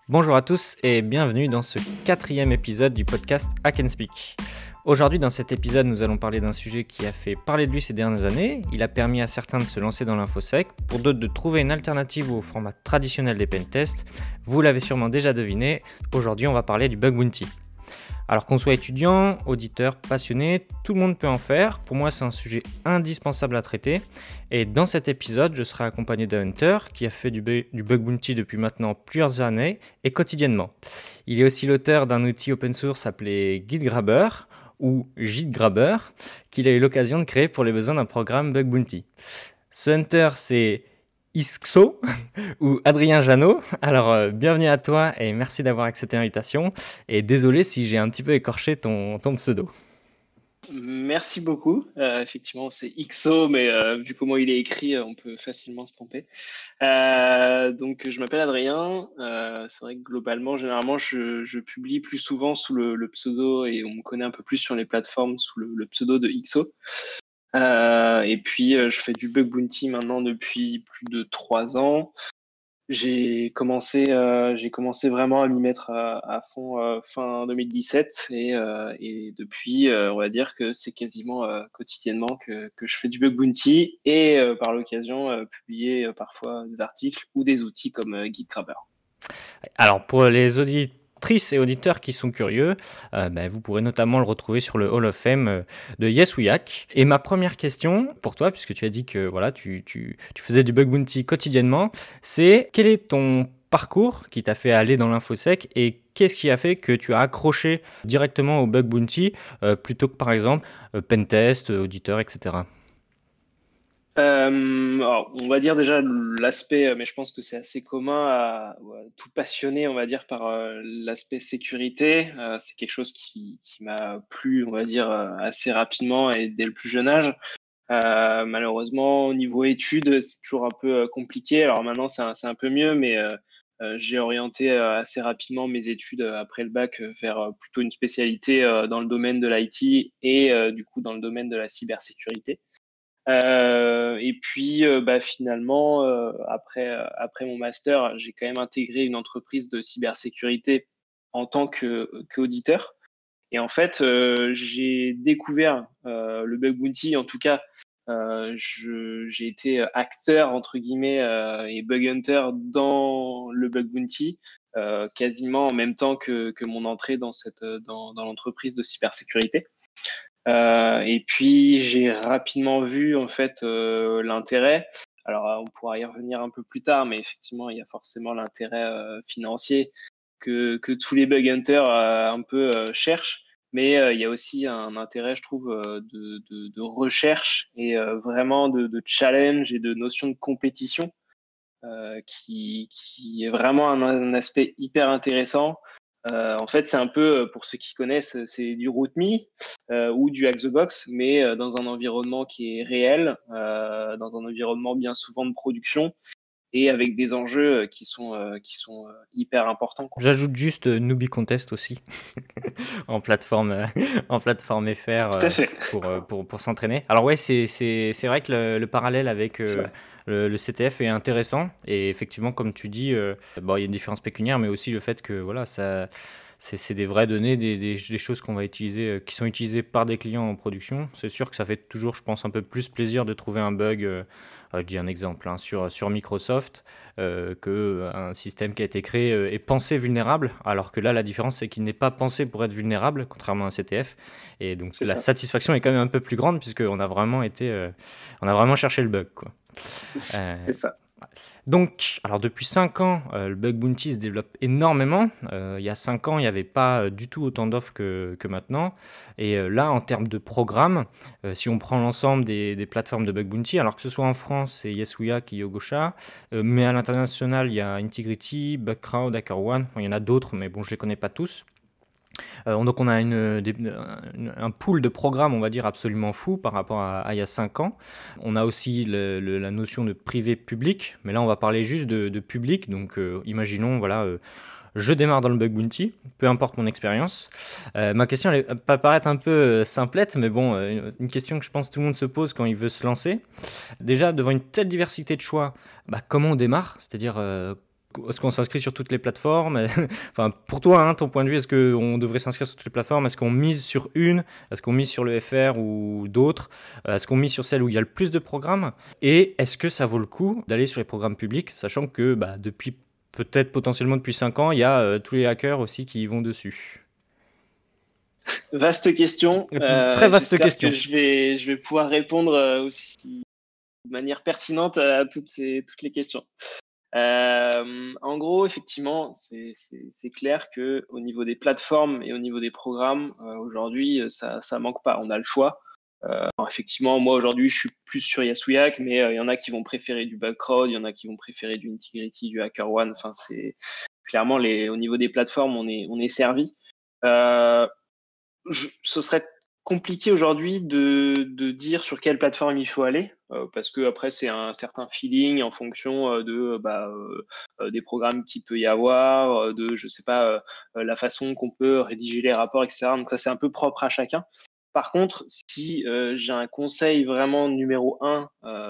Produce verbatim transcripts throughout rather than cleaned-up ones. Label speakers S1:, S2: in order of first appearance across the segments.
S1: Bonjour à tous et bienvenue dans ce quatrième épisode du podcast Hack and Speak. Aujourd'hui, dans cet épisode, nous allons parler d'un sujet qui a fait parler de lui ces dernières années. Il a permis à certains de se lancer dans l'infosec, pour d'autres de trouver une alternative au format traditionnel des pentests. Vous l'avez sûrement déjà deviné, aujourd'hui on va parler du bug bounty. Alors qu'on soit étudiant, auditeur, passionné, tout le monde peut en faire. Pour moi, c'est un sujet indispensable à traiter. Et dans cet épisode, je serai accompagné d'un hunter qui a fait du, bu- du bug bounty depuis maintenant plusieurs années et quotidiennement. Il est aussi l'auteur d'un outil open source appelé GitGrabber ou JitGrabber qu'il a eu l'occasion de créer pour les besoins d'un programme bug bounty. Ce hunter, c'est Ixo ou Adrien Jeannot. Alors, euh, bienvenue à toi et merci d'avoir accepté l'invitation. Et désolé si j'ai un petit peu écorché ton, ton pseudo.
S2: Merci beaucoup. Euh, effectivement, c'est X O, mais euh, vu comment il est écrit, euh, on peut facilement se tromper. Euh, donc, je m'appelle Adrien. Euh, c'est vrai que globalement, généralement, je, je publie plus souvent sous le, le pseudo et on me connaît un peu plus sur les plateformes sous le, le pseudo de X O. Euh, et puis, euh, je fais du bug bounty maintenant depuis plus de trois ans. J'ai commencé, euh, j'ai commencé vraiment à m'y mettre à, à fond euh, fin deux mille dix-sept et, euh, et depuis, euh, on va dire que c'est quasiment euh, quotidiennement que, que je fais du bug bounty et euh, par l'occasion euh, publier euh, parfois des articles ou des outils comme euh, GitGrabber.
S1: Alors, pour les auditrices et auditeurs qui sont curieux, euh, ben, vous pourrez notamment le retrouver sur le Hall of Fame euh, de Yes We Hack. Et ma première question pour toi, puisque tu as dit que voilà, tu, tu, tu faisais du bug bounty quotidiennement, c'est quel est ton parcours qui t'a fait aller dans l'infosec et qu'est-ce qui a fait que tu as accroché directement au bug bounty euh, plutôt que par exemple euh, pentest, euh, auditeur, et cetera.
S2: Euh, alors, on va dire déjà l'aspect, mais je pense que c'est assez commun à, à tout passionné, on va dire, par euh, l'aspect sécurité. Euh, c'est quelque chose qui, qui m'a plu, on va dire, euh, assez rapidement et dès le plus jeune âge. Euh, malheureusement, au niveau études, c'est toujours un peu euh, compliqué. Alors maintenant, c'est un, c'est un peu mieux, mais euh, euh, j'ai orienté euh, assez rapidement mes études euh, après le bac euh, vers euh, plutôt une spécialité euh, dans le domaine de l'I T et euh, du coup dans le domaine de la cybersécurité. Euh, et puis, euh, bah, finalement, euh, après, euh, après mon master, j'ai quand même intégré une entreprise de cybersécurité en tant que, qu'auditeur. Et en fait, euh, j'ai découvert euh, le bug bounty. En tout cas, euh, je, j'ai été acteur, entre guillemets, euh, et bug hunter dans le bug bounty, euh, quasiment en même temps que, que mon entrée dans, cette, dans, dans l'entreprise de cybersécurité. Euh, et puis j'ai rapidement vu en fait euh, l'intérêt. Alors on pourra y revenir un peu plus tard, mais effectivement il y a forcément l'intérêt euh, financier que, que tous les bug hunters euh, un peu euh, cherchent. Mais euh, il y a aussi un intérêt, je trouve, euh, de, de, de recherche et euh, vraiment de, de challenge et de notion de compétition euh, qui, qui est vraiment un, un aspect hyper intéressant. Euh, en fait, c'est un peu, pour ceux qui connaissent, c'est du RootMe euh, ou du Hack the Box, mais euh, dans un environnement qui est réel, euh, dans un environnement bien souvent de production et avec des enjeux qui sont, euh, qui sont euh, hyper importants, quoi.
S1: J'ajoute juste euh, Newbie Contest aussi en plateforme, euh, en plateforme F R
S2: Tout à
S1: euh,
S2: fait.
S1: pour, euh, pour, pour s'entraîner. Alors ouais, c'est, c'est, c'est vrai que le, le parallèle avec
S2: C'est
S1: euh,
S2: vrai.
S1: le, le C T F est intéressant et effectivement, comme tu dis, euh, bon, il y a une différence pécuniaire, mais aussi le fait que voilà, ça, c'est, c'est des vraies données, des, des, des choses qu'on va utiliser, euh, qui sont utilisées par des clients en production. C'est sûr que ça fait toujours, je pense, un peu plus plaisir de trouver un bug. Euh, euh, je dis un exemple hein, sur, sur Microsoft euh, qu'un système qui a été créé euh, est pensé vulnérable, alors que là, la différence, c'est qu'il n'est pas pensé pour être vulnérable, contrairement à un C T F. Et donc,
S2: C'est
S1: la
S2: ça.
S1: satisfaction est quand même un peu plus grande, puisqu'on a vraiment été, euh, on a vraiment cherché le bug, quoi. Euh,
S2: C'est ça.
S1: donc, alors depuis cinq ans, euh, le bug bounty se développe énormément. Euh, il y a cinq ans, il n'y avait pas euh, du tout autant d'offres que, que maintenant. Et euh, là, en termes de programmes, euh, si on prend l'ensemble des, des plateformes de bug bounty, alors que ce soit en France, c'est Yes We Hack et Yogosha, euh, mais à l'international, il y a Integrity, Bugcrowd, HackerOne. Bon, il y en a d'autres, mais bon, je ne les connais pas tous. Euh, donc on a une, des, une, un pool de programmes, on va dire, absolument fou par rapport à, à il y a cinq ans. On a aussi le, le, la notion de privé-public, mais là on va parler juste de, de public. Donc euh, imaginons, voilà, euh, je démarre dans le bug bounty, peu importe mon expérience. Euh, ma question elle peut paraître un peu euh, simplette, mais bon, euh, une question que je pense tout le monde se pose quand il veut se lancer. Déjà, devant une telle diversité de choix, bah, comment on démarre ? C'est-à-dire... Euh, Est-ce qu'on s'inscrit sur toutes les plateformes? Enfin, pour toi, hein, ton point de vue, est-ce qu'on devrait s'inscrire sur toutes les plateformes? Est-ce qu'on mise sur une? Est-ce qu'on mise sur le F R ou d'autres? Euh, Est-ce qu'on mise sur celle où il y a le plus de programmes? Et est-ce que ça vaut le coup d'aller sur les programmes publics, sachant que bah, depuis peut-être potentiellement depuis cinq ans, il y a euh, tous les hackers aussi qui y vont dessus?
S2: Vaste question.
S1: Euh, Très
S2: Euh,
S1: vaste
S2: j'espère
S1: question.
S2: que je vais, je vais pouvoir répondre euh, aussi de manière pertinente à toutes, ces, toutes les questions. Euh, en gros, effectivement, c'est, c'est, c'est clair que au niveau des plateformes et au niveau des programmes, euh, aujourd'hui, ça, ça manque pas. On a le choix. Euh, alors, effectivement, moi aujourd'hui, je suis plus sur Yasuyak, mais euh, il y en a qui vont préférer du Backcrowd, il y en a qui vont préférer du Integrity, du HackerOne. Enfin, c'est clairement les, au niveau des plateformes, on est, on est servi. Euh, je, ce serait compliqué aujourd'hui de, de dire sur quelle plateforme il faut aller, euh, parce que après c'est un certain feeling en fonction euh, de bah, euh, des programmes qu'il peut y avoir, euh, de je sais pas euh, la façon qu'on peut rédiger les rapports, et cetera. Donc ça c'est un peu propre à chacun. Par contre, si euh, j'ai un conseil vraiment numéro un euh,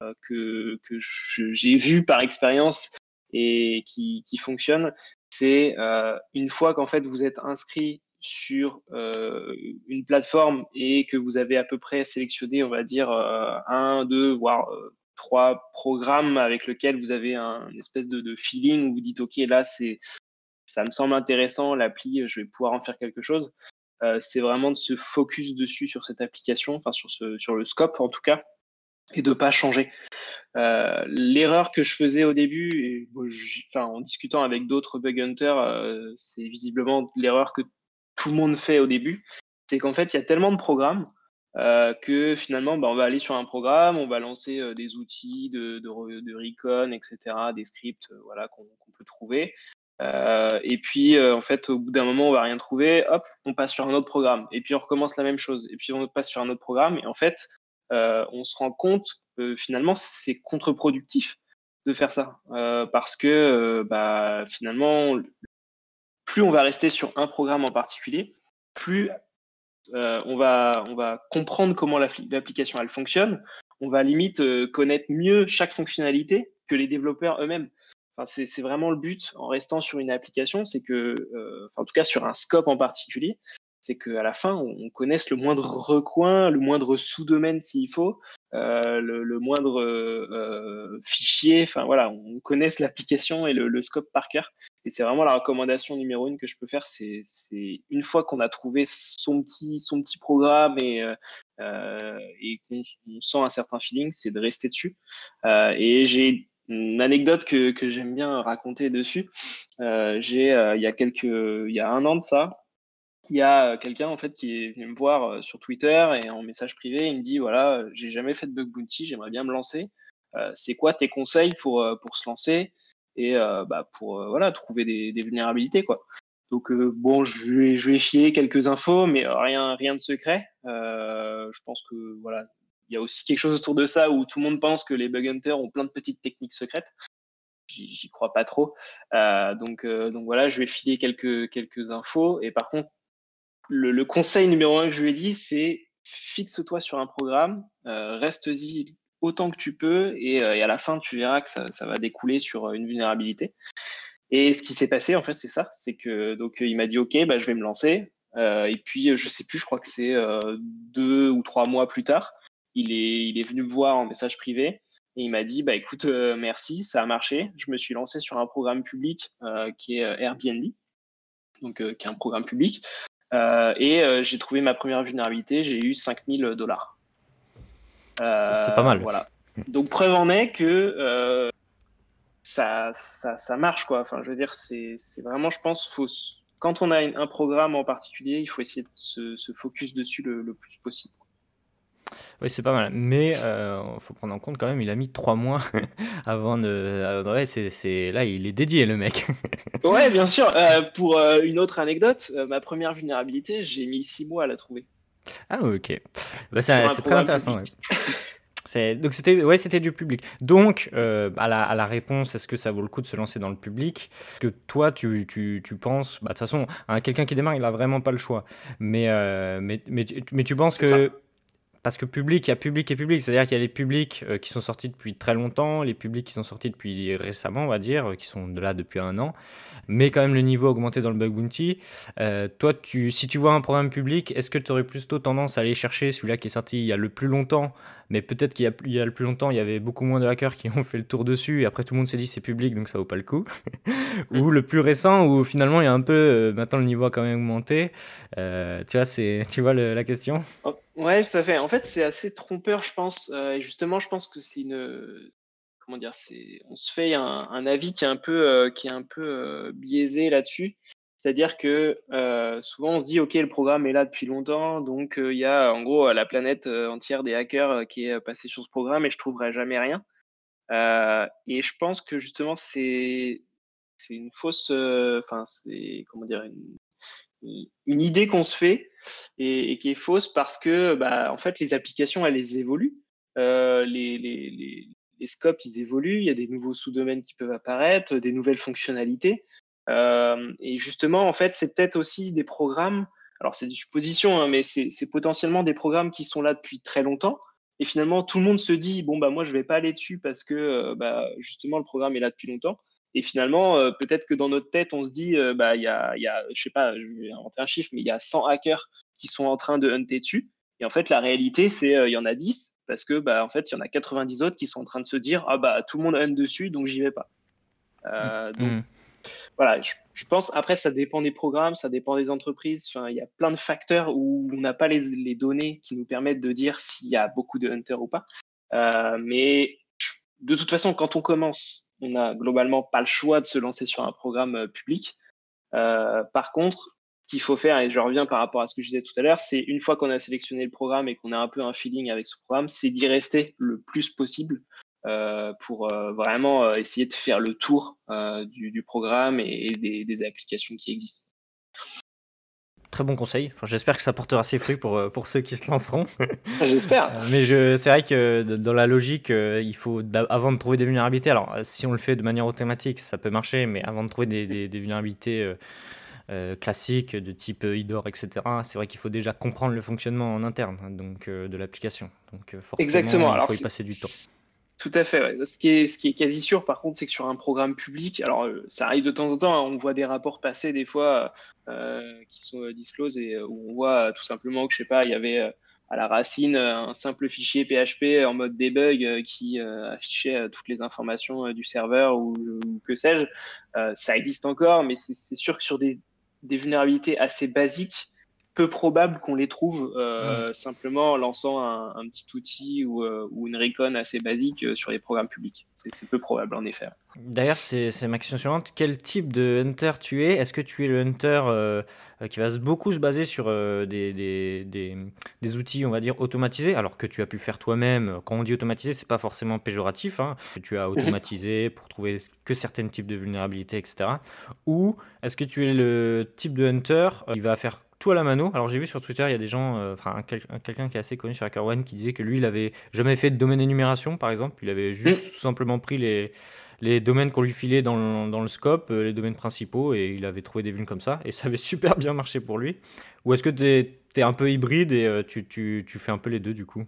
S2: que, que je, j'ai vu par expérience et qui, qui fonctionne, c'est euh, une fois qu'en fait vous êtes inscrit sur euh, une plateforme et que vous avez à peu près sélectionné, on va dire, euh, un, deux, voire euh, trois programmes avec lesquels vous avez un une espèce de, de feeling où vous dites, OK, là, c'est, ça me semble intéressant, l'appli, je vais pouvoir en faire quelque chose. Euh, c'est vraiment de se focus dessus sur cette application, enfin sur, ce, sur le scope en tout cas, et de pas changer. Euh, l'erreur que je faisais au début, et, bon, je, enfin, en discutant avec d'autres bug hunters, euh, c'est visiblement l'erreur que tout le monde fait au début, c'est qu'en fait, il y a tellement de programmes euh, que finalement, bah, on va aller sur un programme, on va lancer euh, des outils de, de, de recon, et cetera, des scripts euh, voilà, qu'on qu'on peut trouver. Euh, et puis, euh, en fait, au bout d'un moment, on va rien trouver, hop, on passe sur un autre programme. Et puis, on recommence la même chose. Et puis, on passe sur un autre programme. Et en fait, euh, on se rend compte que finalement, c'est contre-productif de faire ça. Euh, parce que euh, bah, finalement, plus on va rester sur un programme en particulier, plus euh, on, va, on va comprendre comment l'application elle fonctionne. On va limite euh, connaître mieux chaque fonctionnalité que les développeurs eux-mêmes. Enfin, c'est, c'est vraiment le but en restant sur une application, c'est que, euh, enfin, en tout cas sur un scope en particulier, c'est qu'à la fin, on connaisse le moindre recoin, le moindre sous-domaine s'il faut, euh, le, le, moindre euh, fichier. Enfin voilà, on connaisse l'application et le, le scope par cœur. Et c'est vraiment la recommandation numéro une que je peux faire. C'est, c'est une fois qu'on a trouvé son petit, son petit programme et, euh, et qu'on on sent un certain feeling, c'est de rester dessus. Euh, et j'ai une anecdote que, que j'aime bien raconter dessus. Euh, j'ai, euh, il y a quelques, il y a un an de ça, il y a quelqu'un en fait qui est venu me voir sur Twitter et en message privé, il me dit voilà, j'ai jamais fait de bug bounty, j'aimerais bien me lancer. Euh, c'est quoi tes conseils pour pour se lancer et euh, bah, pour euh, voilà trouver des, des vulnérabilités quoi. Donc euh, bon, je vais je vais filer quelques infos, mais rien rien de secret. Euh, je pense que voilà, il y a aussi quelque chose autour de ça où tout le monde pense que les bug hunters ont plein de petites techniques secrètes. J'y, j'y crois pas trop. Euh, donc euh, donc voilà, je vais filer quelques quelques infos et par contre le, le, conseil numéro un que je lui ai dit, c'est fixe-toi sur un programme, euh, reste-y autant que tu peux, et, euh, et à la fin, tu verras que ça, ça va découler sur une vulnérabilité. Et ce qui s'est passé, en fait, c'est ça, c'est que donc il m'a dit, ok, bah, je vais me lancer. Euh, et puis, je sais plus, je crois que c'est euh, deux ou trois mois plus tard, il est, il est venu me voir en message privé et il m'a dit, bah écoute, euh, merci, ça a marché. Je me suis lancé sur un programme public euh, qui est Airbnb, donc euh, qui est un programme public. Euh, et euh, j'ai trouvé ma première vulnérabilité, j'ai eu cinq mille dollars.
S1: Euh, c'est pas mal.
S2: Voilà. Donc preuve en est que euh, ça, ça, ça marche quoi. Enfin, je veux dire, c'est, c'est vraiment, je pense, faut, quand on a une, un programme en particulier, il faut essayer de se, se focus dessus le, le plus possible.
S1: Oui, c'est pas mal. Mais il euh, faut prendre en compte quand même, il a mis trois mois avant de. Euh, ouais, c'est, c'est... Là, il est dédié, le mec.
S2: Ouais, bien sûr. Euh, pour euh, une autre anecdote, euh, ma première vulnérabilité, j'ai mis six mois à la trouver.
S1: Ah, ok. Bah, c'est, c'est très intéressant. Ouais. C'est, donc c'était, ouais, c'était du public. Donc, euh, à, la, à la réponse, est-ce que ça vaut le coup de se lancer dans le public? Que toi, tu, tu, tu penses, bah, de toute façon, hein, quelqu'un qui démarre, il a vraiment pas le choix. Mais, euh, mais, mais, mais tu penses c'est que. Ça. parce que public, il y a public et public. C'est-à-dire qu'il y a les publics euh, qui sont sortis depuis très longtemps, les publics qui sont sortis depuis récemment, on va dire, euh, qui sont de là depuis un an, mais quand même le niveau a augmenté dans le bug bounty. Euh, toi, tu, si tu vois un programme public, est-ce que tu aurais plutôt tendance à aller chercher celui-là qui est sorti il y a le plus longtemps, mais peut-être qu'il y a, il y a le plus longtemps, il y avait beaucoup moins de hackers qui ont fait le tour dessus, et après tout le monde s'est dit c'est public, donc ça vaut pas le coup. Ou le plus récent, où finalement il y a un peu, euh, maintenant le niveau a quand même augmenté. Euh, tu vois, c'est, tu vois le- la question?
S2: Oh, ouais, tout à fait. En fait, c'est assez trompeur, je pense. Euh, et justement, je pense que c'est une, comment dire, c'est, on se fait un, un avis qui est un peu, euh, qui est un peu euh, biaisé là-dessus. C'est-à-dire que euh, souvent on se dit, ok, le programme est là depuis longtemps, donc euh, il y a en gros la planète euh, entière des hackers euh, qui est euh, passée sur ce programme et je trouverai jamais rien. Euh, et je pense que justement c'est c'est une fausse, euh, enfin c'est comment dire une, une idée qu'on se fait et, et qui est fausse parce que bah, en fait les applications elles évoluent, euh, les, les, les, les scopes ils évoluent, il y a des nouveaux sous-domaines qui peuvent apparaître, des nouvelles fonctionnalités. Euh, et justement en fait c'est peut-être aussi des programmes, alors c'est des suppositions, hein, mais c'est c'est potentiellement des programmes qui sont là depuis très longtemps. Et finalement, tout le monde se dit bon bah moi je vais pas aller dessus parce que euh, bah, justement le programme est là depuis longtemps. Et finalement, euh, peut-être que dans notre tête, on se dit, euh, bah, il y a, il y a, je sais pas, je vais inventer un chiffre, mais il y a cent hackers qui sont en train de hunter dessus. Et en fait, la réalité, c'est, euh, il y en a dix, parce que, bah, en fait, il y en a quatre-vingt-dix autres qui sont en train de se dire, ah, bah, tout le monde hunt dessus, donc j'y vais pas. Euh, donc,
S1: Hmm.
S2: voilà, je, je pense, après, ça dépend des programmes, ça dépend des entreprises. Enfin, il y a plein de facteurs où on n'a pas les, les données qui nous permettent de dire s'il y a beaucoup de hunters ou pas. Euh, mais de toute façon, quand on commence, on n'a globalement pas le choix de se lancer sur un programme euh, public. Euh, par contre, ce qu'il faut faire, et je reviens par rapport à ce que je disais tout à l'heure, c'est une fois qu'on a sélectionné le programme et qu'on a un peu un feeling avec ce programme, c'est d'y rester le plus possible euh, pour euh, vraiment euh, essayer de faire le tour euh, du, du programme et, et des, des applications qui existent.
S1: Très bon conseil. Enfin, j'espère que ça portera ses fruits pour, euh, pour ceux qui se lanceront.
S2: J'espère.
S1: Euh, mais je, c'est vrai que d- dans la logique, euh, il faut, d'a- avant de trouver des vulnérabilités, alors euh, si on le fait de manière automatique, ça peut marcher, mais avant de trouver des, des, des vulnérabilités euh, euh, classiques de type euh, I D O R, et cetera, c'est vrai qu'il faut déjà comprendre le fonctionnement en interne, hein, donc, euh, de l'application. Donc euh, forcément,
S2: Exactement.
S1: il
S2: Alors,
S1: faut y
S2: c'est
S1: passer du temps.
S2: tout à fait. Ouais. Ce qui est, ce qui est quasi sûr, par contre, c'est que sur un programme public, alors euh, ça arrive de temps en temps, hein, on voit des rapports passer des fois euh, qui sont euh, disclosed et euh, où on voit euh, tout simplement que, je sais pas, il y avait euh, à la racine euh, un simple fichier P H P en mode debug euh, qui euh, affichait euh, toutes les informations euh, du serveur ou, ou que sais-je. Euh, ça existe encore, mais c'est c'est sûr que sur des, des vulnérabilités assez basiques, peu probable qu'on les trouve
S1: Hmm.
S2: euh, simplement en lançant un, un petit outil ou, euh, ou une recon assez basique euh, sur les programmes publics. C'est c'est peu probable en effet.
S1: D'ailleurs, c'est c'est ma question suivante. Quel type de hunter tu es? Est-ce que tu es le hunter euh, euh, qui va se- beaucoup se baser sur euh, des, des, des- des outils, on va dire, automatisés, alors que tu as pu faire toi-même? Quand on dit automatisé, c'est pas forcément péjoratif, hein, que tu as
S2: Mhm.
S1: automatisé pour trouver que certains types de vulnérabilités, et cetera. Ou est-ce que tu es le type de hunter euh, qui va faire tout à la mano? Alors j'ai vu sur Twitter, il y a des gens, euh, enfin un quel- un- quelqu'un qui est assez connu sur HackerOne qui disait que lui, il avait jamais fait de domaine énumération, par exemple. Il avait juste
S2: Mhm.
S1: tout simplement pris les les domaines qu'on lui filait dans le, dans le scope, euh, les domaines principaux, et il avait trouvé des vulnes comme ça, et ça avait super bien marché pour lui. Ou est-ce que tu es, un peu hybride et euh, tu, tu, tu fais un peu les deux du coup?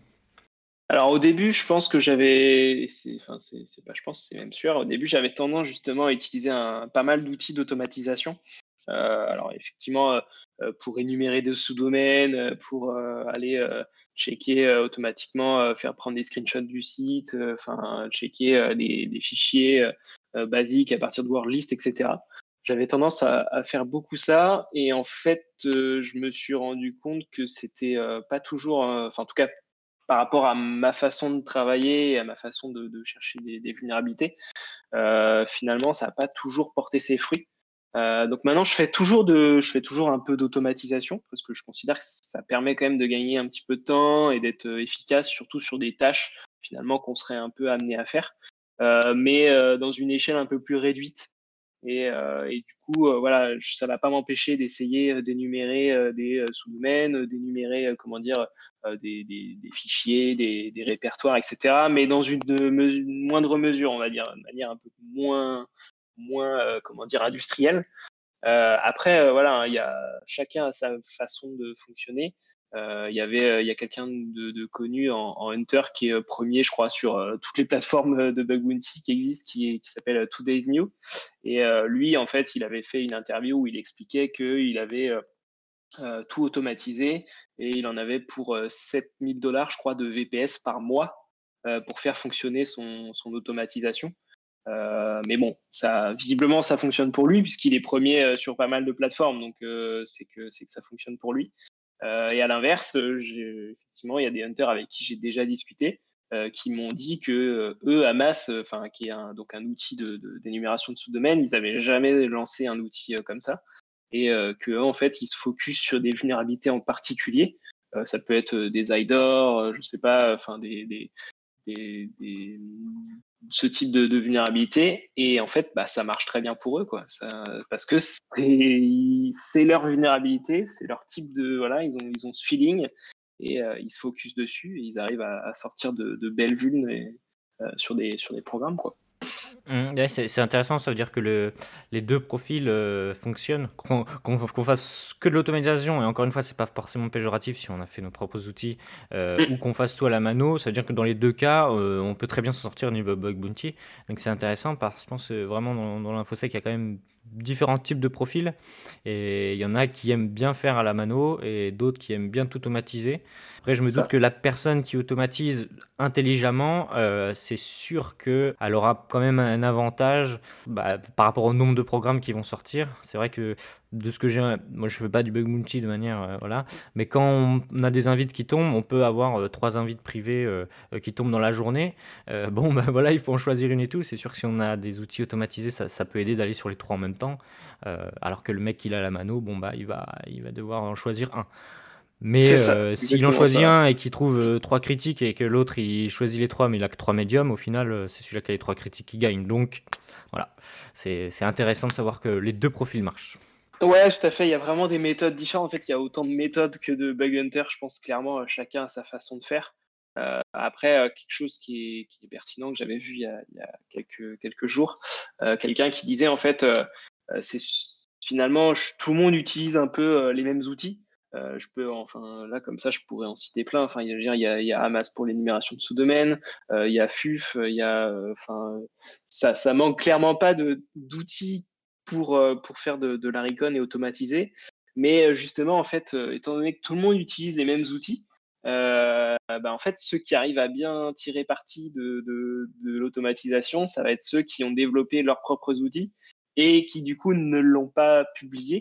S2: Alors au début, je pense que j'avais, c'est, enfin c'est c'est pas, je pense, c'est même sûr. Au début, j'avais tendance justement à utiliser un, pas mal d'outils d'automatisation. Euh, alors effectivement, euh, euh, pour énumérer des sous-domaines, euh, pour euh, aller euh, checker euh, automatiquement, euh, faire prendre des screenshots du site, euh, enfin checker euh, les, les fichiers euh, euh, basiques à partir de WordList, et cetera. J'avais tendance à, à faire beaucoup ça et en fait, euh, je me suis rendu compte que c'était euh, pas toujours, euh, enfin en tout cas par rapport à ma façon de travailler et à ma façon de, de chercher des, des vulnérabilités, euh, finalement, ça n'a pas toujours porté ses fruits. Euh, donc maintenant, je fais toujours de, je fais toujours un peu d'automatisation parce que je considère que ça permet quand même de gagner un petit peu de temps et d'être efficace, surtout sur des tâches finalement qu'on serait un peu amené à faire, euh, mais euh, dans une échelle un peu plus réduite. Et, euh, et du coup, euh, voilà, je- ça va pas m'empêcher d'essayer euh, d'énumérer euh, des euh, sous-domaines, euh, d'énumérer, euh, comment dire, euh, des, des, des fichiers, des, des répertoires, et cetera. Mais dans une, me- moindre mesure, on va dire, de manière un peu moins, moins, euh, comment dire, industrielle. Euh, après, euh, voilà, il y a chacun a sa façon de fonctionner. Euh, Il y avait, euh, il y a quelqu'un de, de connu en, en Hunter qui est euh, premier, je crois, sur euh, toutes les plateformes euh, de bug bounty qui existent, qui, est- qui s'appelle euh, Today's New. Et euh, lui, en fait, il avait fait une interview où il expliquait qu'il avait euh, euh, tout automatisé et il en avait pour euh, sept mille dollars, je crois, de V P S par mois euh, pour faire fonctionner son, son automatisation. Euh, mais bon, ça, visiblement, ça fonctionne pour lui puisqu'il est premier euh, sur pas mal de plateformes, donc euh, c'est que c'est que ça fonctionne pour lui. Euh, et à l'inverse, euh, j'ai- effectivement, il y a des hunters avec qui j'ai déjà discuté euh, qui m'ont dit que euh, eux, Hamas, euh, enfin, qui est un, donc un outil de, de- d'énumération de sous-domaines, ils avaient jamais lancé un outil euh, comme ça et euh, que en fait, ils se focus sur des vulnérabilités en particulier. Euh, ça peut être euh, des I D O R, euh, je sais pas, enfin des, des, des, des- ce type de, de vulnérabilité et en fait bah, ça marche très bien pour eux quoi ça, parce que c'est c'est leur vulnérabilité, c'est leur type de voilà, ils ont ils ont ce feeling et euh, ils se focus dessus et ils arrivent à, à sortir de, de belles vulnes et, euh, sur des sur des programmes quoi.
S1: Mmh, ouais, c'est c'est intéressant, ça veut dire que le les deux profils, heu, fonctionnent, qu'on qu'on qu'on fasse que de l'automatisation et encore une fois, c'est pas forcément péjoratif si on a fait nos propres outils, heu, ou qu'on fasse tout à la mano, ça veut dire que dans les deux cas, heu, on peut très bien s'en sortir au niveau bug bounty. Donc c'est intéressant parce que je pense, heu, vraiment dans dans l'infosec, il y a quand même différents types de profils et il y en a qui aiment bien faire à la mano et d'autres qui aiment bien tout automatiser. Après je me doute
S2: Ça
S1: que la personne qui automatise intelligemment, heu, c'est sûr qu'elle aura quand même un avantage, bah, par rapport au nombre de programmes qui vont sortir. C'est vrai que de ce que j'ai moi je fais pas du bug bounty de manière, heu, voilà, mais quand on a des invites qui tombent, on peut avoir, heu, trois invites privés, heu heu, qui tombent dans la journée. Heu, bon, bah, voilà, il faut en choisir une et tout. C'est sûr que si on a des outils automatisés, ça ça peut aider d'aller sur les trois en même temps, heu, alors que le mec qui l'a la mano, bon, bah, il va il va devoir en choisir un. Mais
S2: c'est ça,
S1: euh,
S2: c'est
S1: s'il en
S2: exactement
S1: choisit
S2: ça.
S1: un et qu'il trouve euh, trois critiques et que l'autre il choisit les trois mais il a que trois médiums, au final euh, c'est celui-là qui a les trois critiques qui gagne. Donc voilà, c'est c'est intéressant de savoir que les deux profils marchent.
S2: Ouais, tout à fait. Il y a vraiment des méthodes différentes. En fait, il y a autant de méthodes que de bug hunter. Je pense clairement, euh, chacun a sa façon de faire. Euh, après, euh, quelque chose qui est, qui est pertinent que j'avais vu il y a, il y a quelques, quelques jours, euh, quelqu'un qui disait en fait, euh, euh, c'est finalement je- tout le monde utilise un peu euh, les mêmes outils. Euh, je peux, enfin là comme ça, je pourrais en citer plein. Enfin, il y a, je veux dire, il y a, il y a Hamas pour l'énumération de sous-domaines, euh, il y a F U F, euh, il y a, euh, enfin, ça, ça manque clairement pas de d'outils pour, euh, pour faire de, de la recon et automatiser. Mais euh, justement, en fait, euh, étant donné que tout le monde utilise les mêmes outils, euh, bah, en fait, ceux qui arrivent à bien tirer parti de, de, de l'automatisation, ça va être ceux qui ont développé leurs propres outils et qui, du coup, ne l'ont pas publié.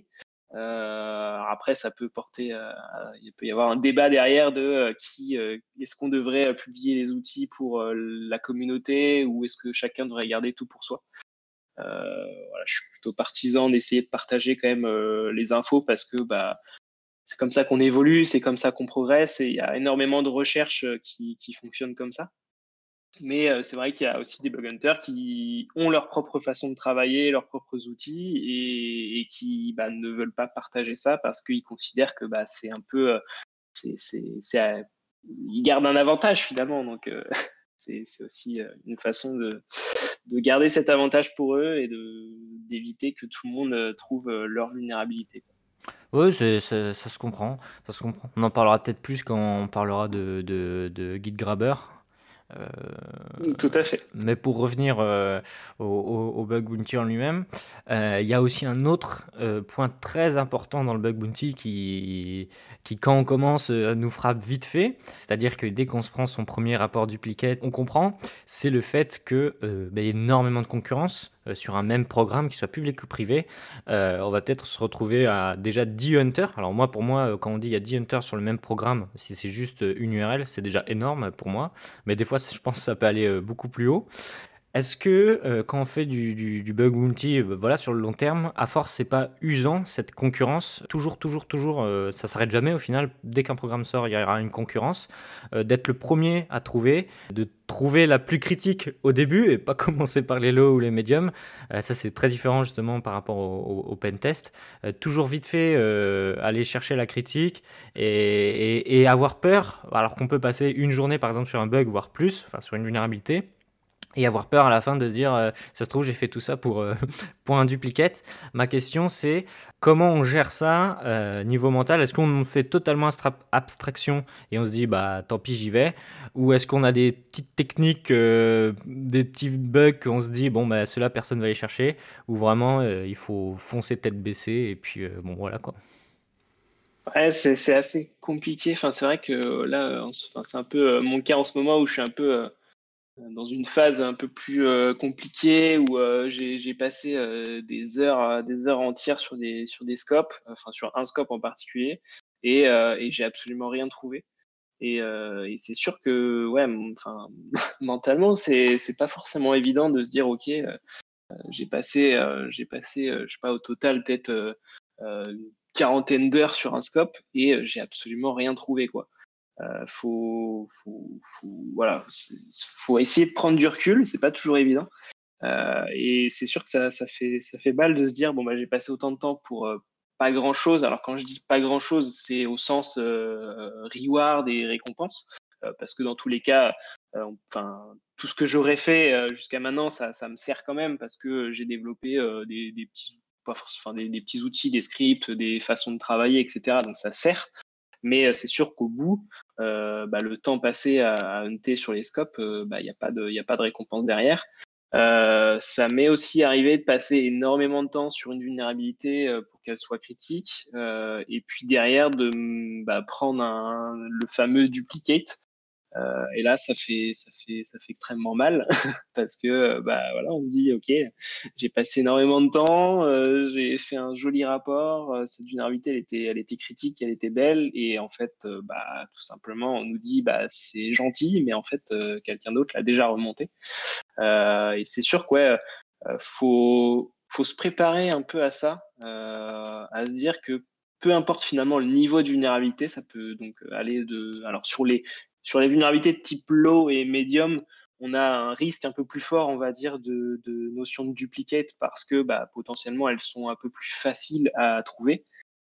S2: Euh, après, ça peut porter, euh, à- il peut y avoir un débat derrière de euh, qui, euh, est-ce qu'on devrait euh, publier les outils pour euh, la communauté ou est-ce que chacun devrait garder tout pour soi. Euh, voilà, je suis plutôt partisan d'essayer de partager quand même euh, les infos parce que bah, c'est comme ça qu'on évolue, c'est comme ça qu'on progresse et il y a énormément de recherches euh, qui, qui fonctionnent comme ça. Mais euh, c'est vrai qu'il y a aussi des bug hunters qui ont leur propre façon de travailler, leurs propres outils et, et qui bah, ne veulent pas partager ça parce qu'ils considèrent que bah, c'est un peu, euh, c'est, c'est, c'est, euh, ils gardent un avantage finalement. Donc euh, c'est, c'est aussi euh, une façon de, de garder cet avantage pour eux et de, d'éviter que tout le monde euh, trouve euh, leur vulnérabilité.
S1: Oui, c'est, c'est- ça se comprend, ça se comprend. On en parlera peut-être plus quand on parlera de, de, de Git Grabber. Euh,
S2: Tout à fait.
S1: mais pour revenir euh, au, au- au bug bounty en lui-même, euh, il y a aussi un autre euh, point très important dans le bug bounty qui, qui quand on commence, euh, nous frappe vite fait. C'est-à-dire que dès qu'on se prend son premier rapport duplicate, on comprend, c'est le fait qu'il euh, bah, y a énormément de concurrence euh, sur un même programme, qu'il soit public ou privé. Euh, on va peut-être se retrouver à déjà dix hunters. Alors moi, pour moi, euh, quand on dit il y a dix hunters sur le même programme, si c'est juste euh, une U R L, c'est déjà énorme pour moi. Mais des fois, je pense que ça peut aller euh, beaucoup plus haut. Est-ce que euh, quand on fait du, du- du bug bounty, euh, voilà, sur le long terme, à force, c'est pas usant cette concurrence? Toujours, toujours, toujours, euh, ça s'arrête jamais au final. Dès qu'un programme sort, il y aura une concurrence. Euh, d'être le premier à trouver, de trouver la plus critique au début et pas commencer par les low ou les mediums. Euh, ça, c'est très différent justement par rapport au, au, au pen test. Euh, toujours vite fait, euh, aller chercher la critique et, et- et avoir peur, alors qu'on peut passer une journée par exemple sur un bug, voire plus, enfin sur une vulnérabilité et avoir peur à la fin de se dire euh, ça se trouve j'ai fait tout ça pour, euh, pour un duplicate. Ma question c'est comment on gère ça euh, niveau mental? Est-ce qu'on fait totalement astra- abstraction et on se dit bah tant pis j'y vais, ou est-ce qu'on a des petites techniques, euh, des petits bugs qu'on se dit bon bah ceux-là personne va les chercher, ou vraiment euh, il faut foncer tête baissée et puis euh, bon voilà quoi.
S2: Ouais, c'est c'est assez compliqué. Enfin, c'est vrai que là, en ce- enfin, c'est un peu euh, mon cas en ce moment où je suis un peu euh, dans une phase un peu plus euh, compliquée où euh, j'ai j'ai passé euh, des heures, euh, des heures entières sur des sur des scopes, enfin sur un scope en particulier, et, euh, et j'ai absolument rien trouvé. Et, euh, et c'est sûr que ouais, m- enfin mentalement, c'est c'est pas forcément évident de se dire ok, euh, j'ai passé euh, j'ai passé euh, je sais pas au total peut-être euh, euh, une quarantaine d'heures sur un scope et euh, j'ai absolument rien trouvé quoi. Euh, faut, faut, faut, voilà, c'est- faut essayer de prendre du recul, c'est pas toujours évident. Euh, et c'est sûr que ça, ça fait, ça fait mal de se dire, bon, bah, j'ai passé autant de temps pour euh, pas grand chose. Alors, quand je dis pas grand chose, c'est au sens euh, reward et récompense. Euh, parce que dans tous les cas, euh, enfin, tout ce que j'aurais fait euh, jusqu'à maintenant, ça, ça me sert quand même parce que j'ai développé euh, des, des petits, pas forcément, enfin, des, des petits outils, des scripts, des façons de travailler, et cetera. Donc, ça sert. Mais euh, c'est sûr qu'au bout, euh, bah, le temps passé à, à hunter sur les scopes, il bah, n'y a, pas de- y a pas de récompense derrière. Euh, ça m'est aussi arrivé de passer énormément de temps sur une vulnérabilité euh, pour qu'elle soit critique, euh, et puis derrière de mm, bah, prendre un, le fameux duplicate. Euh, et là, ça fait, ça fait, ça fait extrêmement mal parce que euh, bah voilà, on se dit ok, j'ai passé énormément de temps, euh, j'ai fait un joli rapport, euh, cette vulnérabilité, elle était, elle était critique, elle était belle, et en fait, euh, bah tout simplement, on nous dit bah c'est gentil, mais en fait, euh, quelqu'un d'autre l'a déjà remonté. Euh, et c'est sûr que ouais, euh, faut, faut se préparer un peu à ça, euh, à se dire que peu importe finalement le niveau de vulnérabilité, ça peut donc aller de, alors sur les, sur les vulnérabilités de type low et medium, on a un risque un peu plus fort, on va dire, de, de notions de duplicate parce que bah, potentiellement elles sont un peu plus faciles à trouver.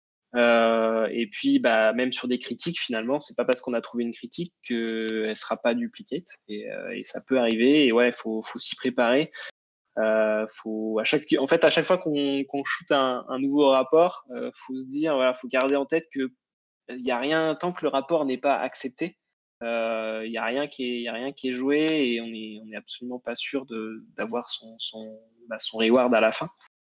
S2: Euh, et puis, bah, même sur des critiques, finalement, c'est pas parce qu'on a trouvé une critique qu'elle sera pas duplicate. Et, euh, et ça peut arriver. Et ouais, faut, faut s'y préparer. Euh, faut à chaque, en fait, à chaque fois qu'on qu'on shoot un, un nouveau rapport, euh, faut se dire, voilà, faut garder en tête que il y a rien tant que le rapport n'est pas accepté. Euh, Il y a rien qui est, il y a rien qui est joué et on est, on est absolument pas sûr de d'avoir son, son, bah, son reward à la fin.